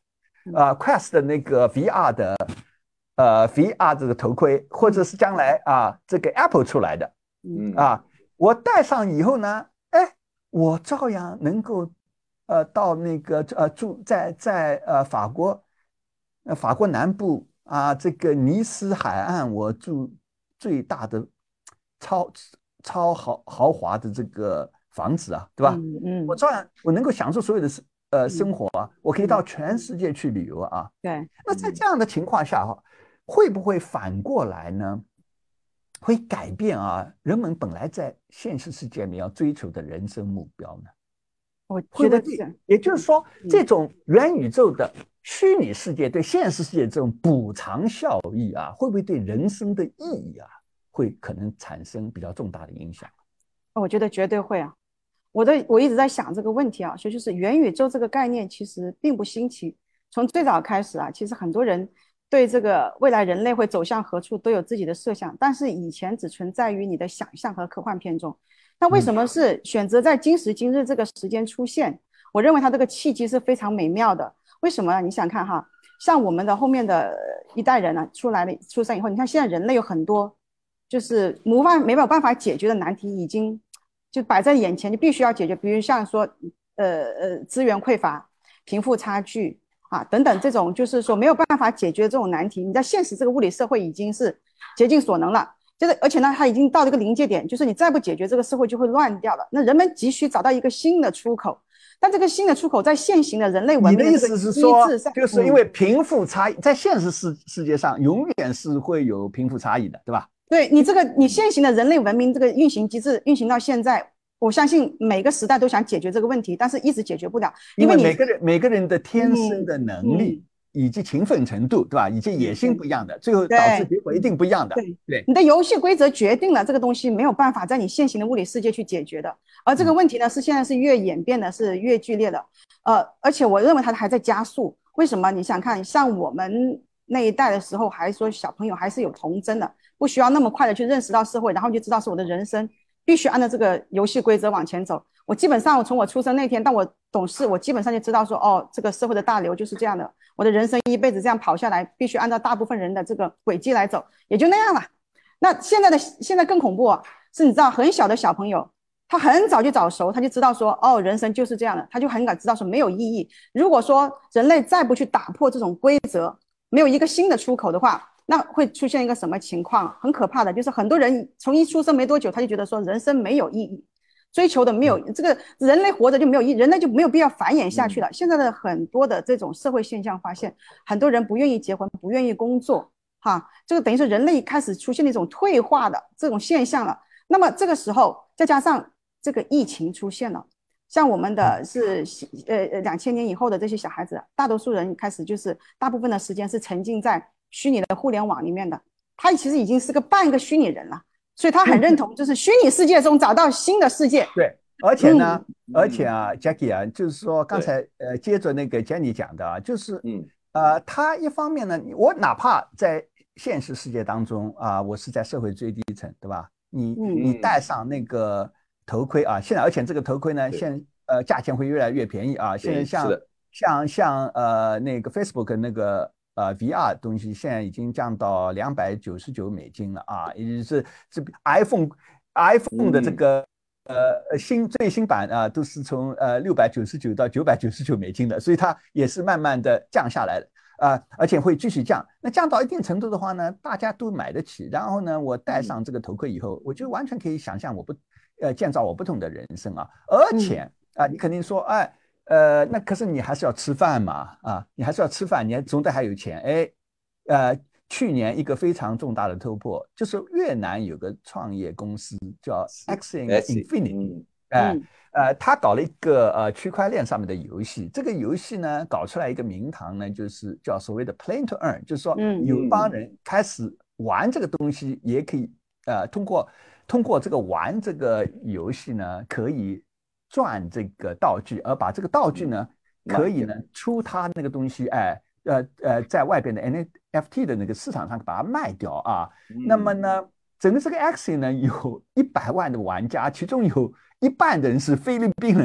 呃 Quest 的那个 V R 的呃 V R 这个头盔，或者是将来啊这个 Apple 出来的， 嗯啊，我戴上以后呢，哎，我照样能够呃到那个呃住在在呃法国呃法国南部啊这个尼斯海岸，我住最大的超超豪豪华的这个房子啊，对吧？ 嗯嗯， 我照样我能够享受所有的生呃生活啊，我可以到全世界去旅游啊。 对， 那在这样的情况下哈，会不会反过来呢？会改变啊人们本来在现实世界里要追求的人生目标呢？ 我会不会对？ 觉得是， 也就是说， 嗯这种元宇宙的虚拟世界对现实世界这种补偿效益啊，会不会对人生的意义啊，会可能产生比较重大的影响？ 我觉得绝对会啊。我的我一直在想这个问题啊，所以就是元宇宙这个概念其实并不新奇，从最早开始啊，其实很多人对这个未来人类会走向何处都有自己的设想，但是以前只存在于你的想象和科幻片中。那为什么是选择在今时今日这个时间出现？我认为它这个契机是非常美妙的。为什么呢？你想看哈，像我们的后面的一代人呢，出来了出生以后，你看现在人类有很多就是无法没有办法解决的难题，已经就摆在眼前，就必须要解决。比如像说，呃呃，资源匮乏、贫富差距啊等等这种，就是说没有办法解决这种难题。你在现实这个物理社会已经是竭尽所能了，就是而且呢，它已经到这个临界点，就是你再不解决，这个社会就会乱掉了。那人们急需找到一个新的出口，但这个新的出口在现行的人类文你的意明的这个思是说机制上，， 就是因为贫富差异，在现实世世界上永远是会有贫富差异的，对吧？ 对你这个你现行的人类文明这个运行机制运行到现在，我相信每个时代都想解决这个问题，但是一直解决不了，因为你因为每个人每个人的天生的能力嗯以及勤奋程度，对吧？以及野心不一样的，最后导致结果一定不一样的。 对对， 你的游戏规则决定了这个东西没有办法在你现行的物理世界去解决的，而这个问题呢是现在是越演变的是越剧烈的，呃，而且我认为它还在加速。为什么？你想看，像我们那一代的时候，还说小朋友还是有童真的，不需要那么快的去认识到社会，然后就知道是我的人生必须按照这个游戏规则往前走。我基本上，我从我出生那天到我懂事，我基本上就知道说，哦，这个社会的大流就是这样的，我的人生一辈子这样跑下来，必须按照大部分人的这个轨迹来走，也就那样了。那现在的现在更恐怖啊，是你知道很小的小朋友，他很早就早熟，他就知道说，哦，人生就是这样的，他就很早知道说没有意义。如果说人类再不去打破这种规则，没有一个新的出口的话，那会出现一个什么情况？很可怕的，就是很多人从一出生没多久，他就觉得说人生没有意义。追求的没有这个人类活着就没有意，人类就没有必要繁衍下去了。现在的很多的这种社会现象发现，很多人不愿意结婚，不愿意工作，哈，这个等于是人类开始出现了一种退化的这种现象了。那么这个时候再加上这个疫情出现了，像我们的是呃两千年以后的这些小孩子，大多数人开始就是大部分的时间是沉浸在虚拟的互联网里面的，他其实已经是个半个虚拟人了。所以他很认同，就是虚拟世界中找到新的世界。 对，而且呢， 嗯、 而且啊 ，Jackie 啊，就是说刚才呃，接着那个 Jenny 讲的啊，就是嗯呃，他一方面呢，我哪怕在现实世界当中啊，我是在社会最低层，对吧？你你戴上那个头盔啊，现在而且这个头盔呢，现呃价钱会越来越便宜啊，现在像像像呃那个 Facebook 那个。呃 ，V R 东西现在已经降到两百九十九美金了啊，也就是这 iPhone iPhone 的这个、嗯、呃新最新版啊，都是从呃六百九十九到九百九十九美金的，所以它也是慢慢的降下来的啊、呃，而且会继续降。那降到一定程度的话呢，大家都买得起。然后呢，我戴上这个头盔以后，我就完全可以想象我不呃建造我不同的人生啊，而且啊、呃，你肯定说哎。呃，那可是你还是要吃饭嘛，啊，你还是要吃饭，你还总得还有钱，哎，呃，去年一个非常重大的突破，就是越南有个创业公司叫 Axie Infinity， 哎、嗯，呃，他搞了一个呃区块链上面的游戏，这个游戏呢搞出来一个名堂呢，就是叫所谓的 Play to Earn， 就是说有帮人开始玩这个东西，也可以呃通过通过这个玩这个游戏呢，可以赚这个道具，而把这个道具呢，可以呢出它那个东西，哎，呃呃，在外边的 N F T 的那个市场上把它卖掉啊。嗯、那么呢，整个这个 Axie 呢有一百万的玩家，其中有一半人是菲律宾人，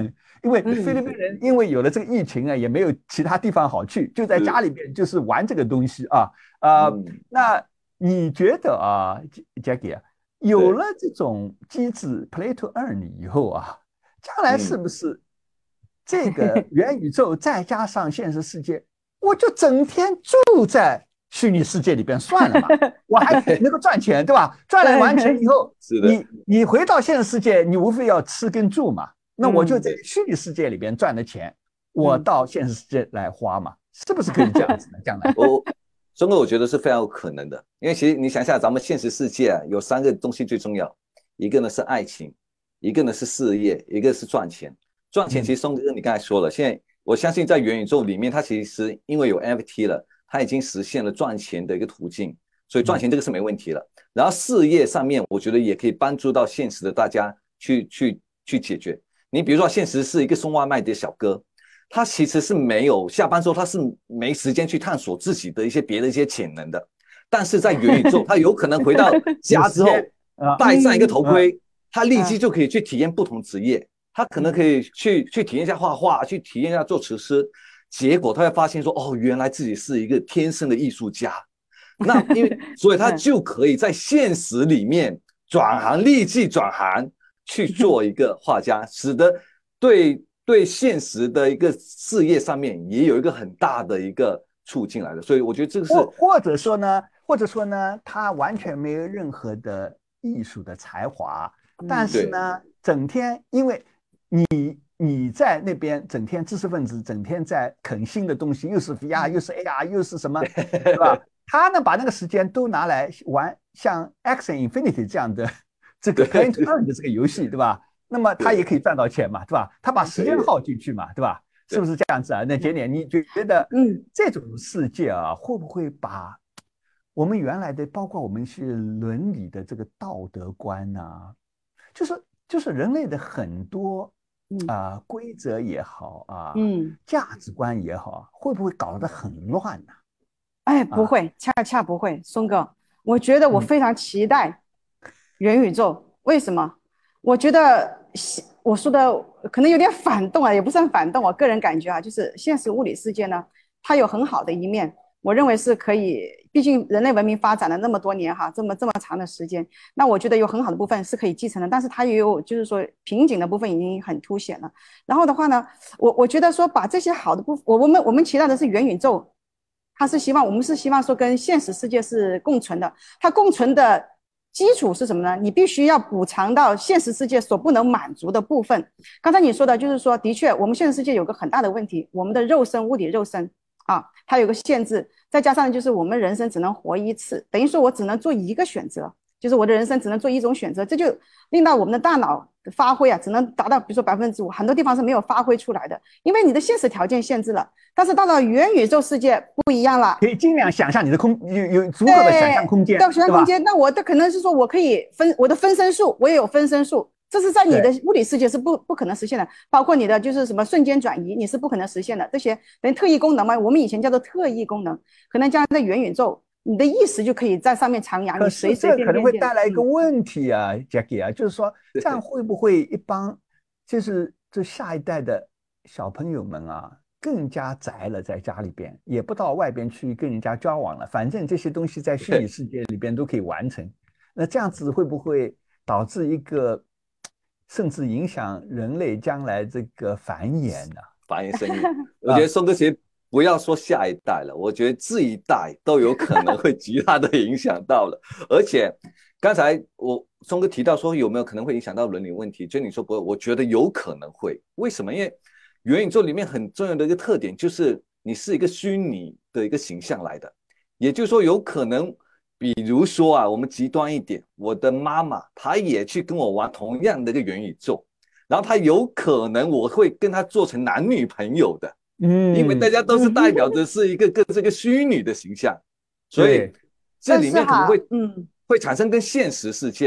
因为菲律宾人因为有了这个疫情啊，也没有其他地方好去，就在家里边就是玩这个东西啊啊、呃嗯。那你觉得啊 ，Jackie 啊，有了这种机制 Play to Earn 以后啊，将来是不是这个元宇宙再加上现实世界，我就整天住在虚拟世界里边算了嘛，我还能够赚钱，对吧？赚了完钱以后，你你回到现实世界，你无非要吃跟住嘛。那我就在虚拟世界里边赚的钱，我到现实世界来花嘛，是不是可以这样子呢？将来， 我松哥我觉得是非常有可能的，因为其实你想想，咱们现实世界啊，有三个东西最重要，一个呢是爱情，一个呢是事业，一个是赚钱。赚钱其实松哥你刚才说了，现在我相信在元宇宙里面，它其实因为有 N F T 了。它已经实现了赚钱的一个途径，所以赚钱这个是没问题了。然后事业上面，我觉得也可以帮助到现实的大家去去去解决。你比如说，现实是一个送外卖的小哥，他其实是没有下班之后他是没时间去探索自己的一些别的一些潜能的。但是在元宇宙，他有可能回到家之后戴上一个头盔，他立即就可以去体验不同职业，他可能可以去去体验一下画画，去体验一下做厨师。结果他会发现说，哦，原来自己是一个天生的艺术家。那因为，所以他就可以在现实里面转行，立即转行去做一个画家，使得对对现实的一个事业上面也有一个很大的一个促进来的。所以我觉得这个是， 或或者说呢，或者说呢，他完全没有任何的艺术的才华，但是呢，整天因为你。你在那边整天知识分子整天在啃新的东西，又是 V R 又是 A R 又是什么，对吧？他呢把那个时间都拿来玩像 Axie Infinity 这样的这个 Play to Earn 的这个游戏，对吧？那么他也可以赚到钱嘛，对吧？他把时间耗进去嘛，对吧？是不是这样子啊？那杰点，你觉得嗯这种世界啊，会不会把我们原来的包括我们是伦理的这个道德观啊，就是就是人类的很多。啊、呃，规则也好啊，嗯，价值观也好，会不会搞得很乱呢、 啊？哎，不会，啊、恰恰不会，松哥，我觉得我非常期待元宇宙。嗯、为什么？我觉得我说的可能有点反动啊，也不算反动，我个人感觉啊，就是现实物理世界呢，它有很好的一面，我认为是可以。毕竟人类文明发展了那么多年哈，这么这么长的时间，那我觉得有很好的部分是可以继承的，但是它也有就是说瓶颈的部分已经很凸显了。然后的话呢，我我觉得说把这些好的部分，我我们我们期待的是元宇宙，它是希望我们是希望说跟现实世界是共存的，它共存的基础是什么呢？你必须要补偿到现实世界所不能满足的部分。刚才你说的就是说，的确我们现实世界有个很大的问题，我们的肉身物理肉身啊，它有个限制。再加上就是我们人生只能活一次，等于说我只能做一个选择，就是我的人生只能做一种选择，这就令到我们的大脑的发挥啊，只能达到比如说百分之五，很多地方是没有发挥出来的，因为你的现实条件限制了。但是到了元宇宙世界不一样了， 可以尽量想象你的空有有足够的想象空间， 对，想象空间。那我的可能是说我可以分我的分身术，我也有分身术。这是在你的物理世界是不不可能实现的，包括你的就是什么瞬间转移，你是不可能实现的。这些等于特异功能嘛，我们以前叫做特异功能，可能将来在元宇宙，你的意识就可以在上面徜徉，你随随便便。 可能会带来一个问题啊 ，Jackie 啊，就是说这样会不会一帮就是这下一代的小朋友们啊，更加宅了，在家里边也不到外边去跟人家交往了，反正这些东西在虚拟世界里边都可以完成。那这样子会不会导致一个？甚至影响人类将来这个繁衍呢、啊？ 繁衍生育，我觉得松哥其实不要说下一代了，我觉得这一代都有可能会极大的影响到了。而且刚才我松哥提到说有没有可能会影响到伦理问题，就你说不会，我觉得有可能会。为什么？因为元宇宙里面很重要的一个特点就是你是一个虚拟的一个形象来的，也就是说有可能。比如说啊，我们极端一点，我的妈妈她也去跟我玩同样的一个元宇宙，然后她有可能我会跟她做成男女朋友的，嗯，因为大家都是代表着是一个个这个虚拟的形象，所以这里面可能会嗯会产生跟现实世界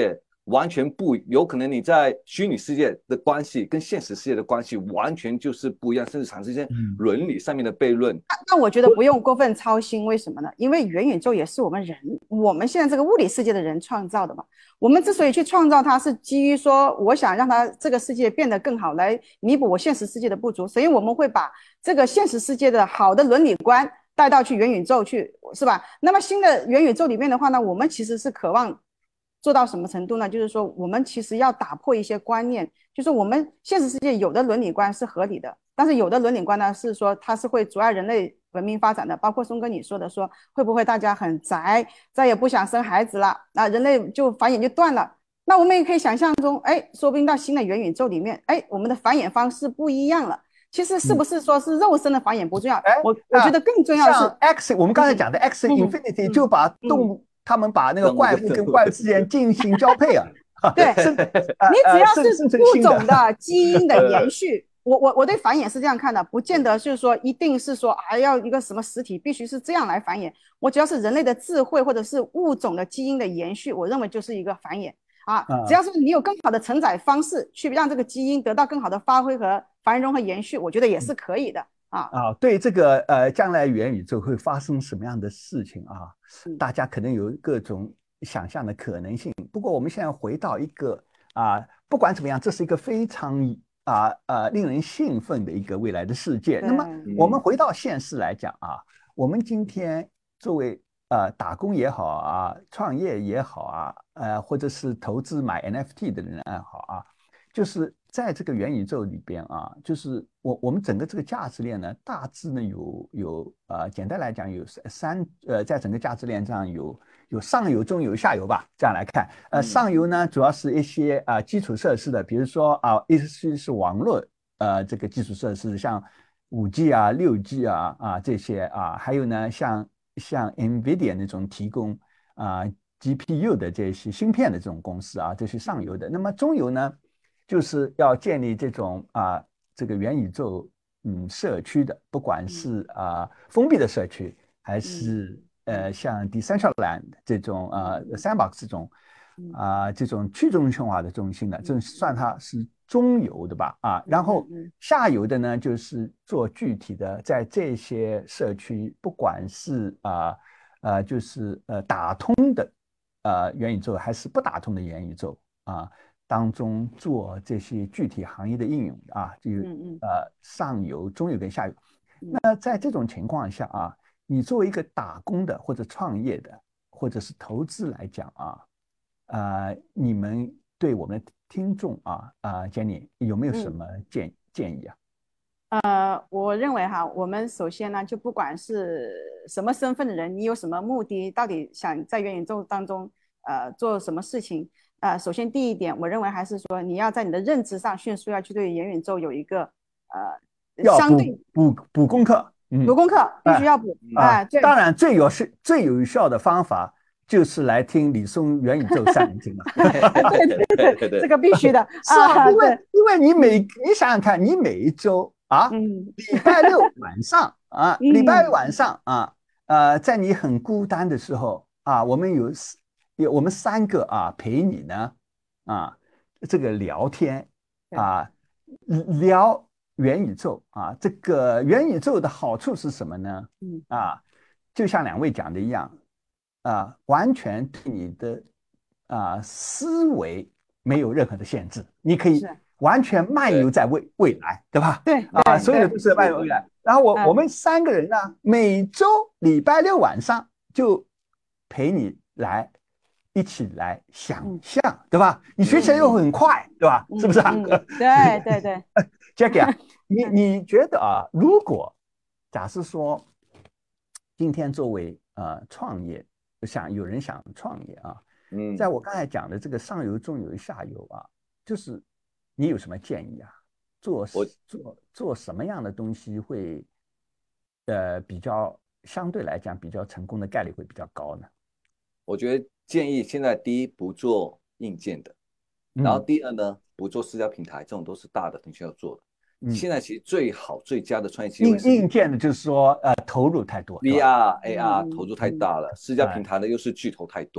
完全不有可能你在虚拟世界的关系跟现实世界的关系完全就是不一样，甚至产生一些伦理上面的悖论。 那那我觉得不用过分操心，为什么呢？因为元宇宙也是我们人，我们现在这个物理世界的人创造的嘛。我们之所以去创造它，是基于说我想让它这个世界变得更好，来弥补我现实世界的不足，所以我们会把这个现实世界的好的伦理观带到去元宇宙去，是吧？那么新的元宇宙里面的话呢，我们其实是渴望做到什么程度呢？就是说我们其实要打破一些观念，就是我们现实世界有的伦理观是合理的，但是有的伦理观呢是说它是会阻碍人类文明发展的，包括松哥你说的说会不会大家很宅，再也不想生孩子了，那人类就繁衍就断了。那我们也可以想象中，哎，说不定到新的元宇宙里面，哎，我们的繁衍方式不一样了。其实是不是说是肉身的繁衍不重要， 嗯、 我我觉得更重要的是、 像 X， 我们刚才讲的 X Infinity、嗯、就把动物、嗯、他们把那个怪物跟怪物之间进行交配啊。 对，你只要是物种的基因的延续，我我我对繁衍是这样看的，不见得就是说一定是说还要一个什么实体必须是这样来繁衍，我只要是人类的智慧或者是物种的基因的延续，我认为就是一个繁衍啊。只要是你有更好的承载方式去让这个基因得到更好的发挥和繁荣和延续，我觉得也是可以的啊。 啊，对这个呃将来元宇宙会发生什么样的事情啊？大家可能有各种想象的可能性。不过我们现在回到一个啊，不管怎么样，这是一个非常啊呃令人兴奋的一个未来的世界。那么我们回到现实来讲啊，我们今天作为呃打工也好啊，创业也好啊，呃或者是投资买 N F T 的人也好啊，就是在这个元宇宙里边啊，就是我我们整个这个价值链呢，大致呢有有呃简单来讲有三呃在整个价值链上有有上游、中游、下游吧。这样来看，呃上游呢主要是一些啊、呃、基础设施的，比如说啊一些是网络呃这个基础设施，像五 G 啊、六 G 啊啊这些啊，还有呢像像 NVIDIA 那种提供啊、呃、G P U 的这些芯片的这种公司啊，这是上游的。那么中游呢？就是要建立这种啊，这个元宇宙嗯社区的，不管是啊封闭的社区，还是呃像 Decentraland 这种啊 Sandbox 这种啊这种去中心化的中心的，这算它是中游的吧啊。然后下游的呢，就是做具体的，在这些社区，不管是啊呃就是呃打通的呃元宇宙，还是不打通的元宇宙啊。当中做这些具体行业的应用啊，就呃上游、中游跟下游。那在这种情况下啊，你作为一个打工的或者创业的，或者是投资来讲啊，呃，你们对我们的听众啊啊 ，Jenny 有没有什么建、嗯、建议啊？ 呃，我认为哈，我们首先呢，就不管是什么身份的人，你有什么目的，到底想在元宇宙当中呃做什么事情？呃，首先第一点，我认为还是说你要在你的认知上迅速要去对元宇宙有一个呃相对补补补功课， 嗯、补功课必须要补啊。呃、当然，最有是最有效的方法就是来听李松元宇宙三人行了。 对对对对，这个必须的。 是啊，因为因为你每你想想看，你每一周啊，嗯、礼拜六晚上啊，礼拜六晚上啊，呃，在你很孤单的时候啊，我们有。有我们三个啊陪你呢啊，这个聊天啊，聊元宇宙啊，这个元宇宙的好处是什么呢？嗯啊，就像两位讲的一样啊，完全对你的啊思维没有任何的限制，你可以完全漫游在未未来，对吧？ 对啊，所有的都是漫游未来。然后我、嗯、我们三个人呢，每周礼拜六晚上就陪你来。一起来想象，嗯、对吧？你学起来又很快，嗯、对吧？是不是啊？ 嗯、对对对 ，Jackie 啊，你你觉得啊，如果假设说今天作为呃创业，想有人想创业啊，嗯，在我刚才讲的这个上游、中游、下游啊，就是你有什么建议啊？做做做什么样的东西会呃比较相对来讲比较成功的概率会比较高呢？ 我觉得建议现在第一不做硬件的，然后第二呢不做社交平台，这种都是大的东西要做的。嗯、现在其实最好最佳的创业机会是硬件的，就是说呃投入太多 ，V R、A R 投入太大了，社交平台呢又是巨头太多了。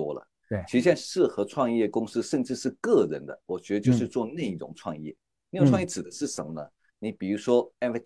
对， 其实现在适合创业公司甚至是个人的，我觉得就是做内容创业。内容创业指的是什么呢？你比如说 F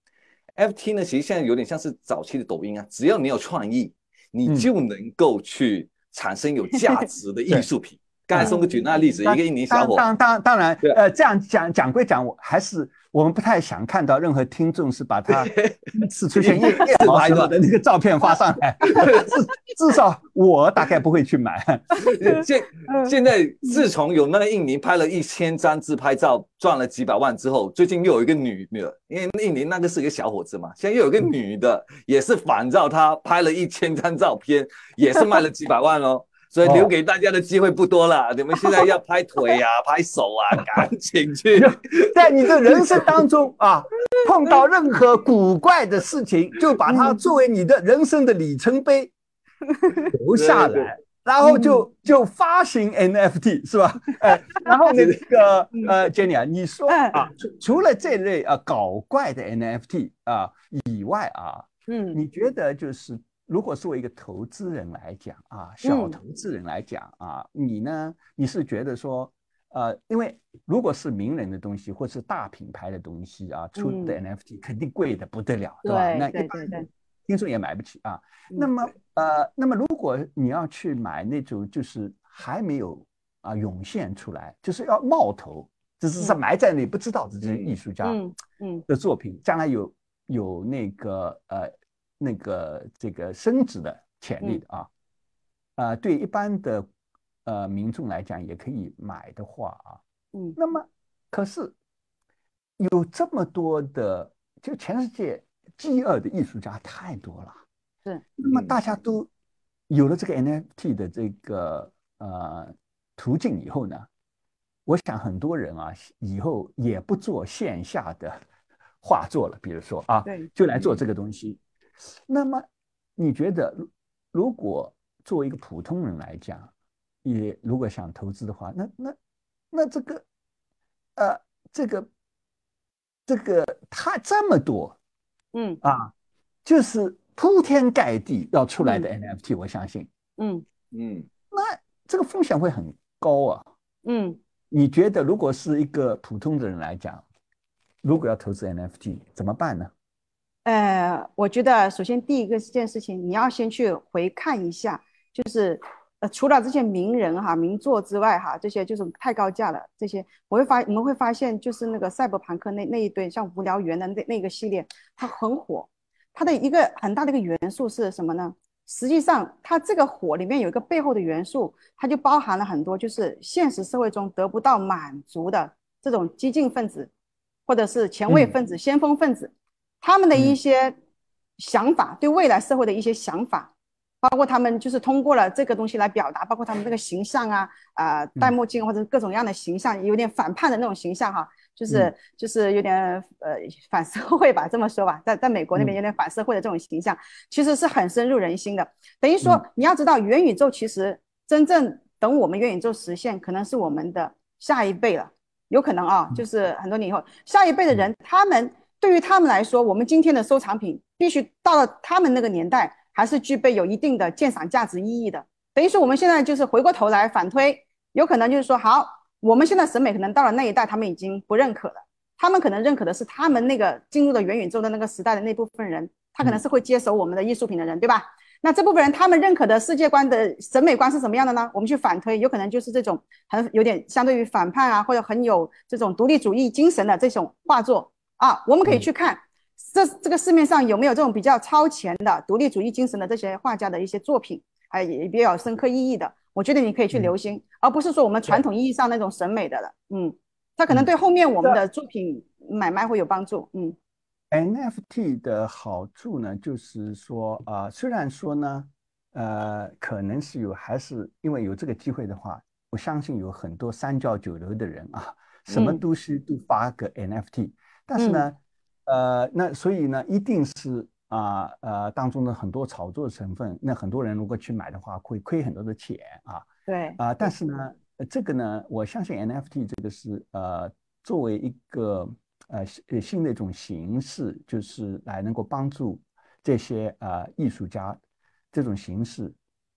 T，F T 呢，其实现在有点像是早期的抖音啊，只要你有创意，你就能够去产生有价值的艺术品。刚才松哥举那例子，一个印尼小伙， 当当当然，呃，这样讲讲归讲，我还是我们不太想看到任何听众是把他第一次出现夜夜猫时候的那个照片发上来，至至少我大概不会去买。 现现在自从有那个印尼拍了一千张自拍照赚了几百万之后，最近又有一个女的，因为印尼那个是一个小伙子嘛，现在又有一个女的也是仿照他拍了一千张照片，也是卖了几百万哦。所以留给大家的机会不多了，哦、你们现在要拍腿啊、拍手啊，赶紧去。 在你的人生当中啊，碰到任何古怪的事情，就把它作为你的人生的里程碑留下来，然后就就发行 N F T 是吧？哎，然后那个呃 ，Jenny 啊，你说啊，除除了这类啊搞怪的 N F T 啊以外啊，嗯，你觉得就是？如果作为一个投资人来讲啊，小投资人来讲啊，嗯、你呢？你是觉得说，呃，因为如果是名人的东西或是大品牌的东西啊，出的 N F T 肯定贵的不得了， 嗯、 对吧？ 对那一般听众也买不起啊。 嗯、 那么呃，那么如果你要去买那种就是还没有啊涌现出来，就是要冒头，只是是埋在那里不知道的这些艺术家的作品，将来有有那个呃。那个这个升值的潜力的啊，嗯、呃，对一般的呃民众来讲也可以买的话啊，嗯，那么可是有这么多的，就全世界饥饿的艺术家太多了， 是， 那么大家都有了这个 N F T 的这个呃途径以后呢，我想很多人啊以后也不做线下的画作了，比如说啊，就来做这个东西。那么，你觉得，如果作为一个普通人来讲，也如果想投资的话，那那那这个，呃，这个这个它这么多，嗯啊，就是铺天盖地要出来的 N F T，、嗯、我相信，嗯嗯，那这个风险会很高啊，嗯，你觉得如果是一个普通的人来讲，如果要投资 N F T 怎么办呢？ 呃，我觉得首先第一个件事情，你要先去回看一下，就是呃，除了这些名人哈、名作之外哈，这些就是太高价了。这些我会发，我们会发现，就是那个赛博朋克那那一堆，像无聊猿的那那个系列，它很火。它的一个很大的一个元素是什么呢？实际上，它这个火里面有一个背后的元素，它就包含了很多就是现实社会中得不到满足的这种激进分子，或者是前卫分子、嗯、先锋分子。他们的一些想法，对未来社会的一些想法，包括他们就是通过了这个东西来表达，包括他们这个形象啊，啊、呃，戴墨镜或者各种各样的形象，有点反叛的那种形象哈，就是嗯、就是有点呃反社会吧，这么说吧，在在美国那边有点反社会的这种形象，嗯、其实是很深入人心的。等于说，嗯、你要知道，元宇宙其实真正等我们元宇宙实现，可能是我们的下一辈了，有可能啊，就是很多年以后，下一辈的人，他们。对于他们来说，我们今天的收藏品必须到了他们那个年代，还是具备有一定的鉴赏价值意义的。等于说，我们现在就是回过头来反推，有可能就是说，好，我们现在审美可能到了那一代，他们已经不认可了，他们可能认可的是他们那个进入了元宇宙的那个时代的那部分人，他可能是会接手我们的艺术品的人，对吧？那这部分人他们认可的世界观的审美观是什么样的呢？我们去反推，有可能就是这种很有点相对于反叛啊，或者很有这种独立主义精神的这种画作。啊，我们可以去看这这个市面上有没有这种比较超前的独立主义精神的这些画家的一些作品，还也比较有深刻意义的。我觉得你可以去留心，嗯、而不是说我们传统意义上那种审美的了。嗯，它可能对后面我们的作品买卖会有帮助。嗯 ，N F T 的好处呢，就是说啊、呃，虽然说呢，呃，可能是有，还是因为有这个机会的话，我相信有很多三教九流的人啊，什么东西都发个 N F T。嗯但是呢，嗯、呃，那所以呢，一定是啊 呃, 呃当中的很多炒作成分。那很多人如果去买的话，会亏很多的钱啊。 对啊、呃，但是呢，这个呢，我相信 N F T 这个是呃作为一个呃新的一种形式，就是来能够帮助这些呃艺术家这种形式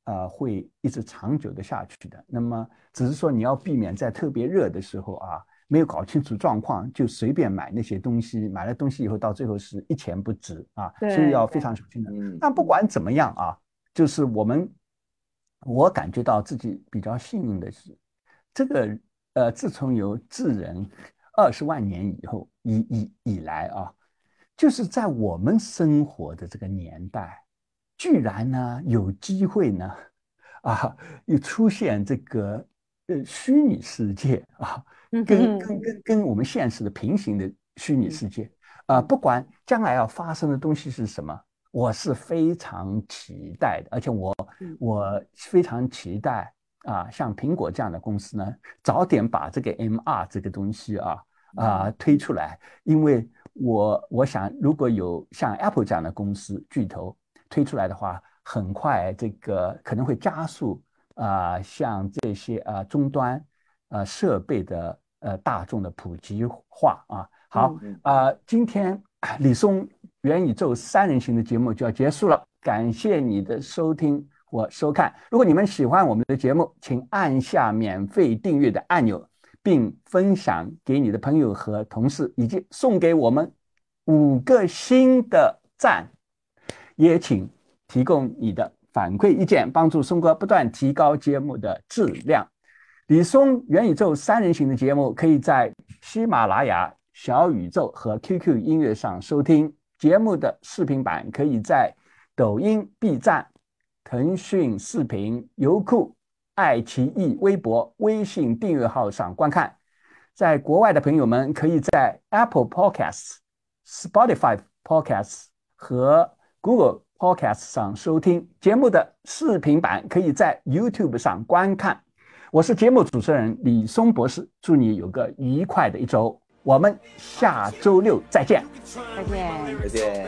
呃会一直长久的下去的。那么只是说你要避免在特别热的时候啊，没有搞清楚状况就随便买那些东西，买了东西以后到最后是一钱不值啊，所以要非常小心的。但不管怎么样啊，就是我们我感觉到自己比较幸运的是，这个呃自从有智人二十万年以后以以以来啊，就是在我们生活的这个年代，居然呢有机会呢啊，又出现这个呃虚拟世界啊，跟跟跟跟我们现实的平行的虚拟世界啊，不管将来要发生的东西是什么，我是非常期待的，而且我我非常期待啊，像苹果这样的公司呢，早点把这个 M R 这个东西啊啊推出来，因为我我想如果有像 Apple 这样的公司巨头推出来的话，很快这个可能会加速啊、呃，像这些啊、呃、终端呃设备的呃大众的普及化啊。好啊、呃，今天李松元宇宙三人行的节目就要结束了，感谢你的收听或收看。如果你们喜欢我们的节目，请按下免费订阅的按钮，并分享给你的朋友和同事，以及送给我们五个新的赞。也请提供你的反馈意见，帮助松哥不断提高节目的质量。李松元宇宙三人行的节目可以在喜马拉雅、小宇宙和 Q Q 音乐上收听，节目的视频版可以在抖音、B 站、腾讯视频、优酷、爱奇艺、微博、微信订阅号上观看。在国外的朋友们可以在 Apple Podcasts、Spotify Podcasts 和 Google Podcast 上收听，节目的视频版可以在 YouTube 上观看。我是节目主持人李松博士，祝你有个愉快的一周，我们下周六再见。 再见， 再见。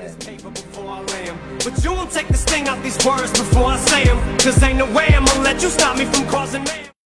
But you won't take the sting out these words before I say them, 'cause ain't no way I'm gonna let you stop me from causing mayhem.